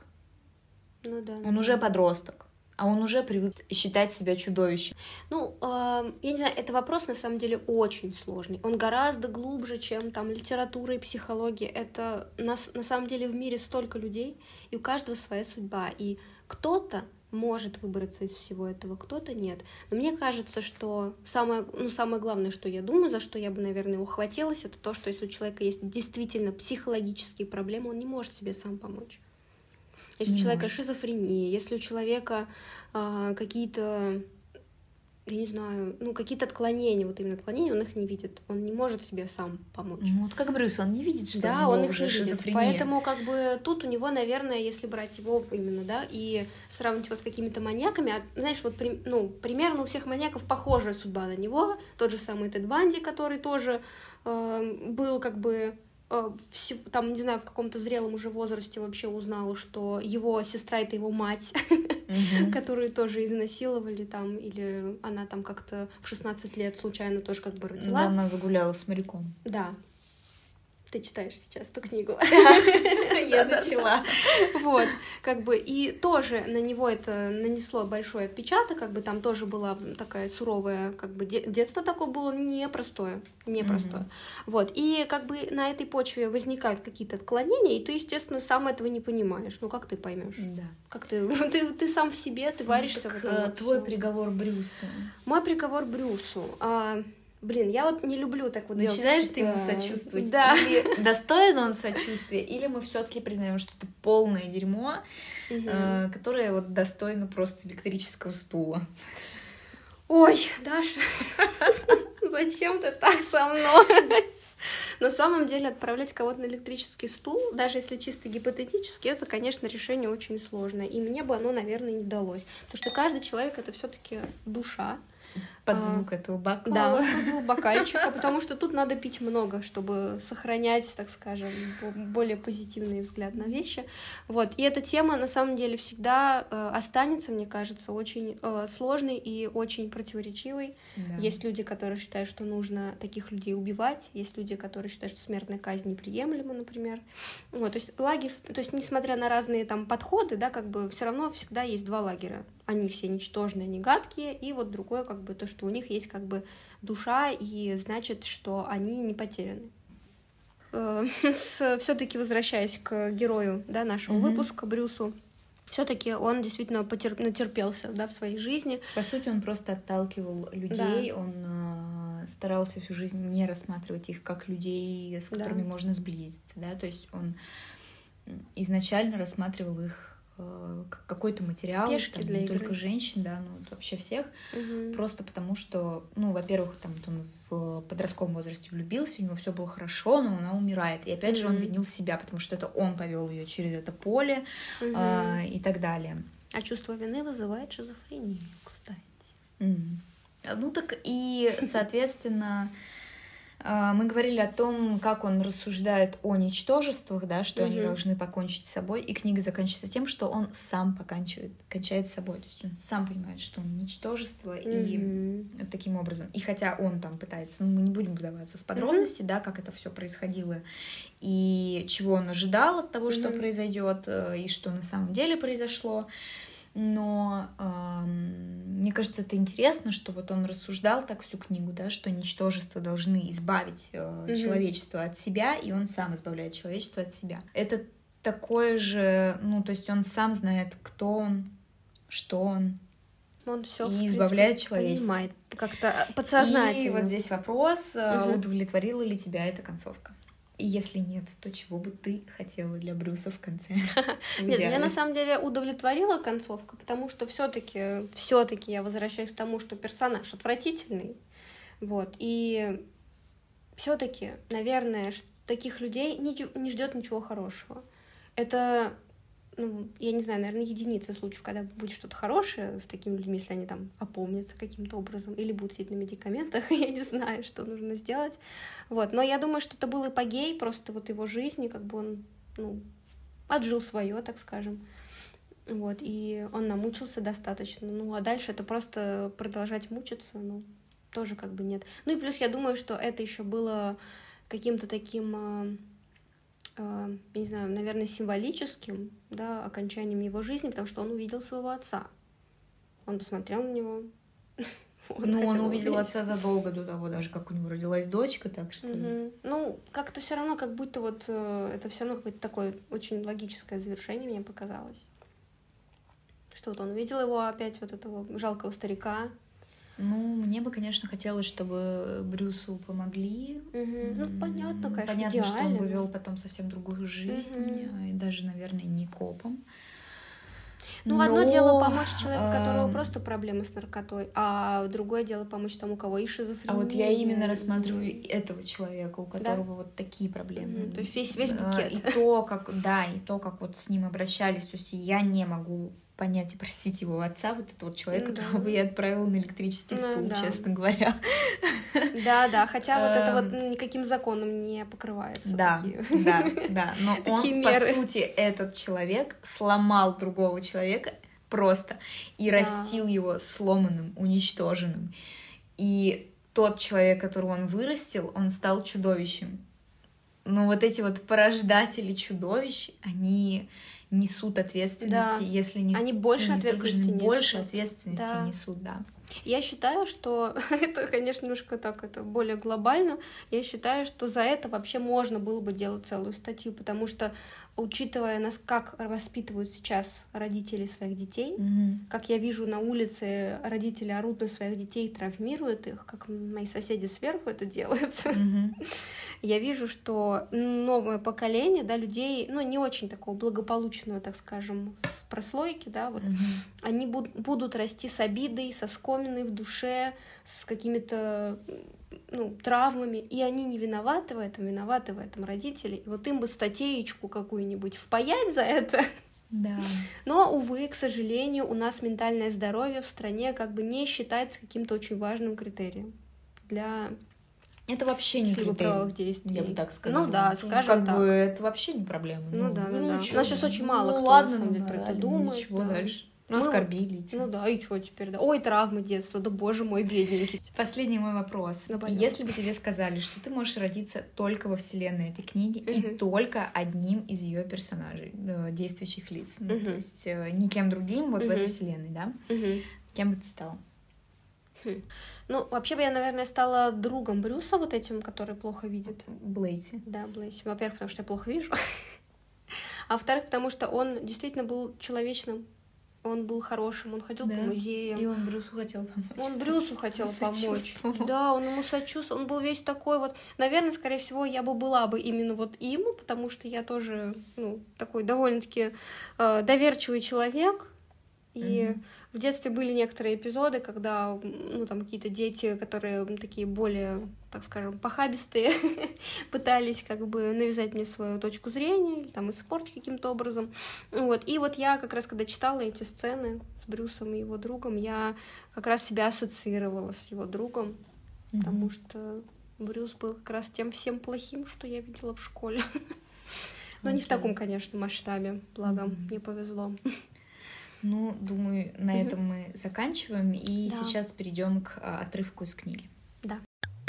Ну да. Он да. уже подросток. А он уже привык считать себя чудовищем. Ну, э, я не знаю, это вопрос на самом деле очень сложный. Он гораздо глубже, чем там литература и психология. Это на, на самом деле в мире столько людей, и у каждого своя судьба. И кто-то может выбраться из всего этого, кто-то нет. Но мне кажется, что самое, ну, самое главное, что я думаю, за что я бы, наверное, ухватилась, это то, что если у человека есть действительно психологические проблемы, он не может себе сам помочь. Если не у человека может. Шизофрения, если у человека э, какие-то, я не знаю, ну, какие-то отклонения, вот именно отклонения, он их не видит, он не может себе сам помочь. Ну, вот как Брюс, он не видит, что да, у него он их уже не шизофрения. Видит. Поэтому как бы тут у него, наверное, если брать его именно, да, и сравнивать его с какими-то маньяками, а, знаешь, вот, ну, примерно у всех маньяков похожая судьба на него, тот же самый Тед Банди, который тоже э, был как бы там, не знаю, в каком-то зрелом уже возрасте вообще узнала, что его сестра — это его мать, mm-hmm. которую тоже изнасиловали там, или она там как-то в шестнадцать лет случайно тоже как бы родила. Да, она загуляла с моряком. Да. Ты читаешь сейчас эту книгу. Я начала. Вот, как бы, и тоже на него это нанесло большой отпечаток, как бы там тоже была такая суровая, как бы, детство такое было непростое, непростое. Mm-hmm. Вот, и как бы на этой почве возникают какие-то отклонения, и ты, естественно, сам этого не понимаешь. Ну, как ты поймешь? Да. Как ты, ты, ты сам в себе, ты варишься ну, в этом. Твой приговор Брюсу. Мой приговор Брюсу. Блин, я вот не люблю так вот Начинаешь делать. ты ему сочувствовать? Да. Или достоин он сочувствия, или мы все-таки признаем, что это полное дерьмо, Угу. э, которое вот достойно просто электрического стула. Ой, Даша, зачем ты так со мной? На самом деле отправлять кого-то на электрический стул, даже если чисто гипотетически, это, конечно, решение очень сложное. И мне бы оно, наверное, не далось. Потому что каждый человек — это все-таки душа. Под звук а, этого бокала. Да, под звук бокальчика, потому что тут надо пить много, чтобы сохранять, так скажем, более позитивный взгляд на вещи. Вот. И эта тема, на самом деле, всегда э, останется, мне кажется, очень э, сложной и очень противоречивой. Да. Есть люди, которые считают, что нужно таких людей убивать, есть люди, которые считают, что смертная казнь неприемлема, например. Вот. То есть лагерь, то есть, несмотря на разные там подходы, да, как бы все равно всегда есть два лагеря. Они все ничтожные, они гадкие, и вот другое, как бы, то, что у них есть, как бы, душа, и значит, что они не потеряны. Все-таки возвращаясь к герою, да, нашего mm-hmm. выпуска, Брюсу, все-таки он действительно потер... натерпелся, да, в своей жизни. По сути, он просто отталкивал людей, да. он э, старался всю жизнь не рассматривать их как людей, с которыми да. можно сблизиться, да, то есть он изначально рассматривал их как какой-то материал, пешки там, для не игры. Только женщин, да, ну вообще всех, угу. просто потому что, ну, во-первых, там он в подростковом возрасте влюбился, у него все было хорошо, но она умирает, и опять угу. же он винил себя, потому что это он повел ее через это поле угу. а, и так далее. А чувство вины вызывает шизофрению, кстати. Mm. Ну так и, соответственно, мы говорили о том, как он рассуждает о ничтожествах, да, что mm-hmm. они должны покончить с собой, и книга заканчивается тем, что он сам поканчивает, кончает с собой, то есть он сам понимает, что он ничтожество, mm-hmm. и таким образом, и хотя он там пытается, ну, мы не будем вдаваться в подробности, mm-hmm. да, как это все происходило, и чего он ожидал от того, mm-hmm. что произойдет, и что на самом деле произошло. Но э, мне кажется, это интересно, что вот он рассуждал так всю книгу, да, что ничтожества должны избавить э, mm-hmm. человечество от себя, и он сам избавляет человечество от себя. Это такое же, ну, то есть он сам знает, кто он, что он, он всё, и избавляет принципе, человечество. Понимает, как-то подсознательно. И вот здесь вопрос, mm-hmm. удовлетворила ли тебя эта концовка? И если нет, то чего бы ты хотела для Брюса в конце? Нет, меня на самом деле удовлетворила концовка, потому что все-таки, все-таки я возвращаюсь к тому, что персонаж отвратительный, вот, и все-таки, наверное, таких людей не, не ждет ничего хорошего. Это, ну, я не знаю, наверное, единицы случаев, когда будет что-то хорошее с такими людьми, если они там опомнятся каким-то образом или будут сидеть на медикаментах, я не знаю, что нужно сделать. Вот. Но я думаю, что это был эпогей просто вот его жизни, как бы он, ну, отжил свое, так скажем. Вот. И он намучился достаточно. Ну, а дальше это просто продолжать мучиться, ну, тоже как бы нет. Ну и плюс я думаю, что это еще было каким-то таким... я не знаю, наверное, символическим, да, окончанием его жизни, потому что он увидел своего отца. Он посмотрел на него. Он ну, он увидел увидеть. Отца задолго до того, даже как у него родилась дочка, так что... Mm-hmm. Ну, как-то все равно, как будто вот это все равно какое-то такое очень логическое завершение мне показалось. Что вот он увидел его опять, вот этого жалкого старика. Ну, мне бы, конечно, хотелось, чтобы Брюсу помогли. Mm-hmm. Ну, понятно, конечно, понятно, идеально. что он бы вел потом совсем другую жизнь, mm-hmm. и даже, наверное, не копом. Ну, Но... одно дело помочь человеку, у которого просто проблемы с наркотой, а другое дело помочь тому, у кого и шизофрения. А вот я именно рассматриваю этого человека, у которого да? вот такие проблемы. Mm-hmm. То есть весь, весь букет. И то, как, да, и то, как вот с ним обращались, то есть я не могу понять и простить его отца, вот этот вот человек, ну, которого да. бы я отправила на электрический стул, ну, да. честно говоря. Да, да, хотя вот это вот никаким законом не покрывается. Да, да, да, но он, по сути, этот человек сломал другого человека просто и растил его сломанным, уничтоженным. И тот человек, которого он вырастил, он стал чудовищем. Но вот эти вот порождатели чудовищ, они... несут ответственности, да. если не они больше не ответственности несут. больше ответственности да. несут, да. Я считаю, что это, конечно, немножко так, это более глобально. Я считаю, что за это вообще можно было бы делать целую статью, потому что учитывая, нас, как воспитывают сейчас родители своих детей, Mm-hmm. как я вижу на улице, родители орут на своих детей, травмируют их, как мои соседи сверху это делают, Mm-hmm. я вижу, что новое поколение, да, людей, ну, не очень такого благополучного, так скажем, с прослойки, да, вот, Mm-hmm. они буд- будут расти с обидой, со скоминой в душе, с какими-то, ну, травмами, и они не виноваты в этом, виноваты в этом родители. И вот им бы статейку какую-нибудь впаять за это. Да. Но, увы, к сожалению, у нас ментальное здоровье в стране как бы не считается каким-то очень важным критерием для Это вообще не каких-либо критерий, правовых действий. я бы так сказала. Ну да, Ну, скажем как так. бы это вообще не проблема. Ну, да, да, да. чё, У нас сейчас очень мало ну, кто, ладно, на самом деле, ну, про это орали, думает. Ничего да. дальше. Ну, Мы- оскорбили. чё. Ну да, и что теперь? Да? Ой, травмы детства, да боже мой, бедненький. Последний мой вопрос. Ну, понятно. Если бы тебе сказали, что ты можешь родиться только во вселенной этой книги и Мгм. только одним из ее персонажей, э, действующих лиц, ну, Мгм. то есть э, никем другим вот в этой Мгм. вселенной, да? Мгм. Кем бы ты стал? Ну, вообще бы я, наверное, стала другом Брюса, вот этим, который плохо видит. Блейси. Да, Блейси. Во-первых, потому что я плохо вижу. А во-вторых, потому что он действительно был человечным. Он был хорошим, он ходил Да. по музеям. И он Брюсу хотел помочь. Он Брюсу хотел помочь. Сочувствовал. Да, он ему сочувствовал. Он был весь такой вот... Наверное, скорее всего, я бы была бы именно вот им, потому что я тоже, ну, такой довольно-таки э, доверчивый человек. И Мгм. в детстве были некоторые эпизоды, когда, ну, там какие-то дети, которые такие более, так скажем, похабистые, пытались как бы навязать мне свою точку зрения или там испортить каким-то образом. Вот. И вот я как раз, когда читала эти сцены с Брюсом и его другом, я как раз себя ассоциировала с его другом, Мгм. потому что Брюс был как раз тем всем плохим, что я видела в школе. Но не в Окей. таком, конечно, масштабе, благо Мгм. мне повезло. Ну, думаю, на Мгм. этом мы заканчиваем, и Да. сейчас перейдем к а, отрывку из книги. Да.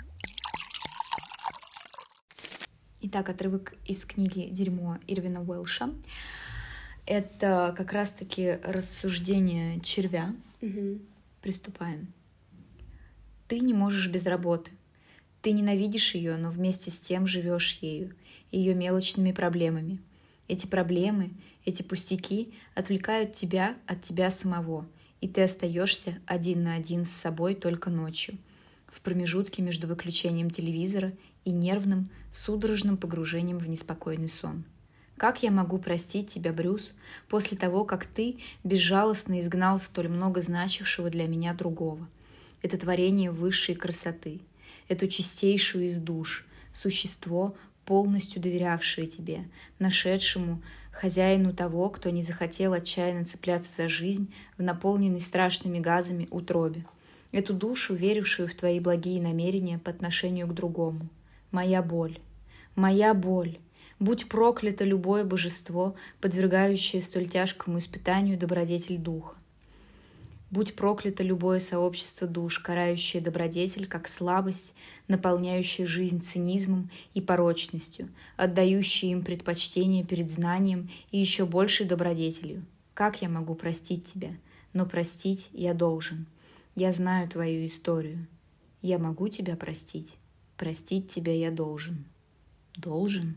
Итак, отрывок из книги «Дерьмо» Ирвина Уэлша. Это как раз-таки рассуждение червя. Мгм. Приступаем. Ты не можешь без работы. Ты ненавидишь ее, но вместе с тем живешь ею, ее мелочными проблемами. Эти проблемы, эти пустяки отвлекают тебя от тебя самого, и ты остаешься один на один с собой только ночью, в промежутке между выключением телевизора и нервным, судорожным погружением в неспокойный сон. Как я могу простить тебя, Брюс, после того, как ты безжалостно изгнал столь много значившего для меня другого? Это творение высшей красоты, эту чистейшую из душ, существо, полностью доверявшее тебе, нашедшему хозяину того, кто не захотел отчаянно цепляться за жизнь в наполненной страшными газами утробе. Эту душу, верившую в твои благие намерения по отношению к другому. Моя боль. Моя боль. Будь проклято любое божество, подвергающее столь тяжкому испытанию добродетель духа. Будь проклято любое сообщество душ, карающее добродетель как слабость, наполняющее жизнь цинизмом и порочностью, отдающее им предпочтение перед знанием и еще большей добродетелью. Как я могу простить тебя? Но простить я должен. Я знаю твою историю. Я могу тебя простить. Простить тебя я должен. Должен?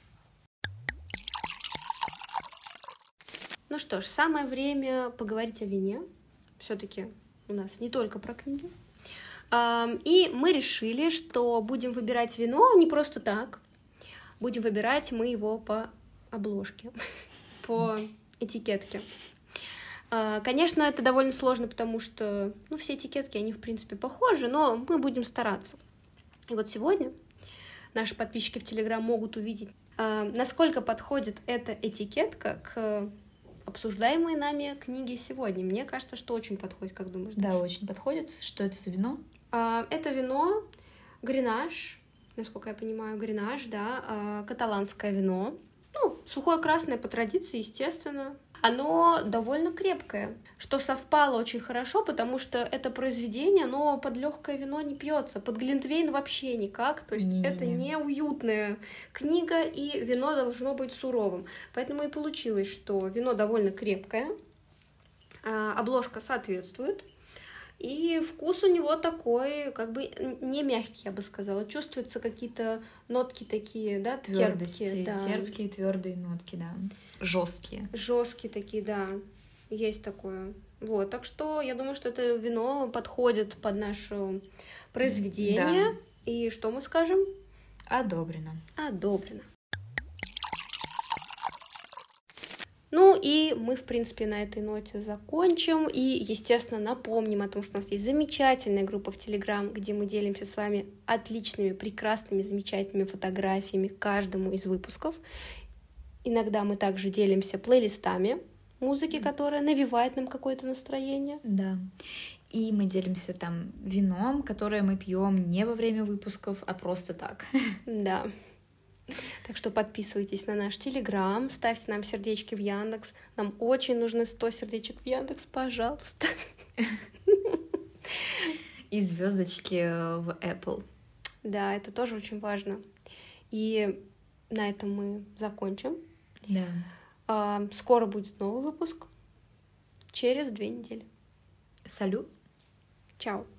Ну что ж, самое время поговорить о вине. Все-таки у нас не только про книги. Ам, И мы решили, что будем выбирать вино не просто так. Будем выбирать мы его по обложке, по этикетке. А, Конечно, это довольно сложно, потому что ну, все этикетки, они в принципе похожи, но мы будем стараться. И вот сегодня наши подписчики в Телеграм могут увидеть, а, насколько подходит эта этикетка к обсуждаемой нами книге сегодня. Мне кажется, что очень подходит, как думаешь? Да, Даша? очень подходит. Что это за вино? А, Это вино Гренаж, насколько я понимаю, Гренаж, да, а, каталанское вино. Ну, сухое красное по традиции, естественно. Оно довольно крепкое, что совпало очень хорошо, потому что это произведение, оно под легкое вино не пьется, под глинтвейн вообще никак. То есть Не-не-не. это не уютная книга, и вино должно быть суровым. Поэтому и получилось, что вино довольно крепкое, а, обложка соответствует. И вкус у него такой, как бы не мягкий, я бы сказала. Чувствуются какие-то нотки такие, да, Твердости, терпкие, да. терпкие, твердые нотки, да. Жесткие. Жесткие такие, да. Есть такое. Вот, так что я думаю, что это вино подходит под наше произведение. Да. И что мы скажем? Одобрено. Одобрено. Ну и мы, в принципе, на этой ноте закончим. И, естественно, напомним о том, что у нас есть замечательная группа в Телеграм, где мы делимся с вами отличными, прекрасными, замечательными фотографиями к каждому из выпусков. Иногда мы также делимся плейлистами музыки, которая навевает нам какое-то настроение. Да. И мы делимся там вином, которое мы пьем не во время выпусков, а просто так. Да. Так что подписывайтесь на наш Телеграм, ставьте нам сердечки в Яндекс. Нам очень нужны сто сердечек в Яндекс, пожалуйста. И звездочки в Apple. Да, это тоже очень важно. И на этом мы закончим. Да. Скоро будет новый выпуск. Через две недели. Салют. Чао.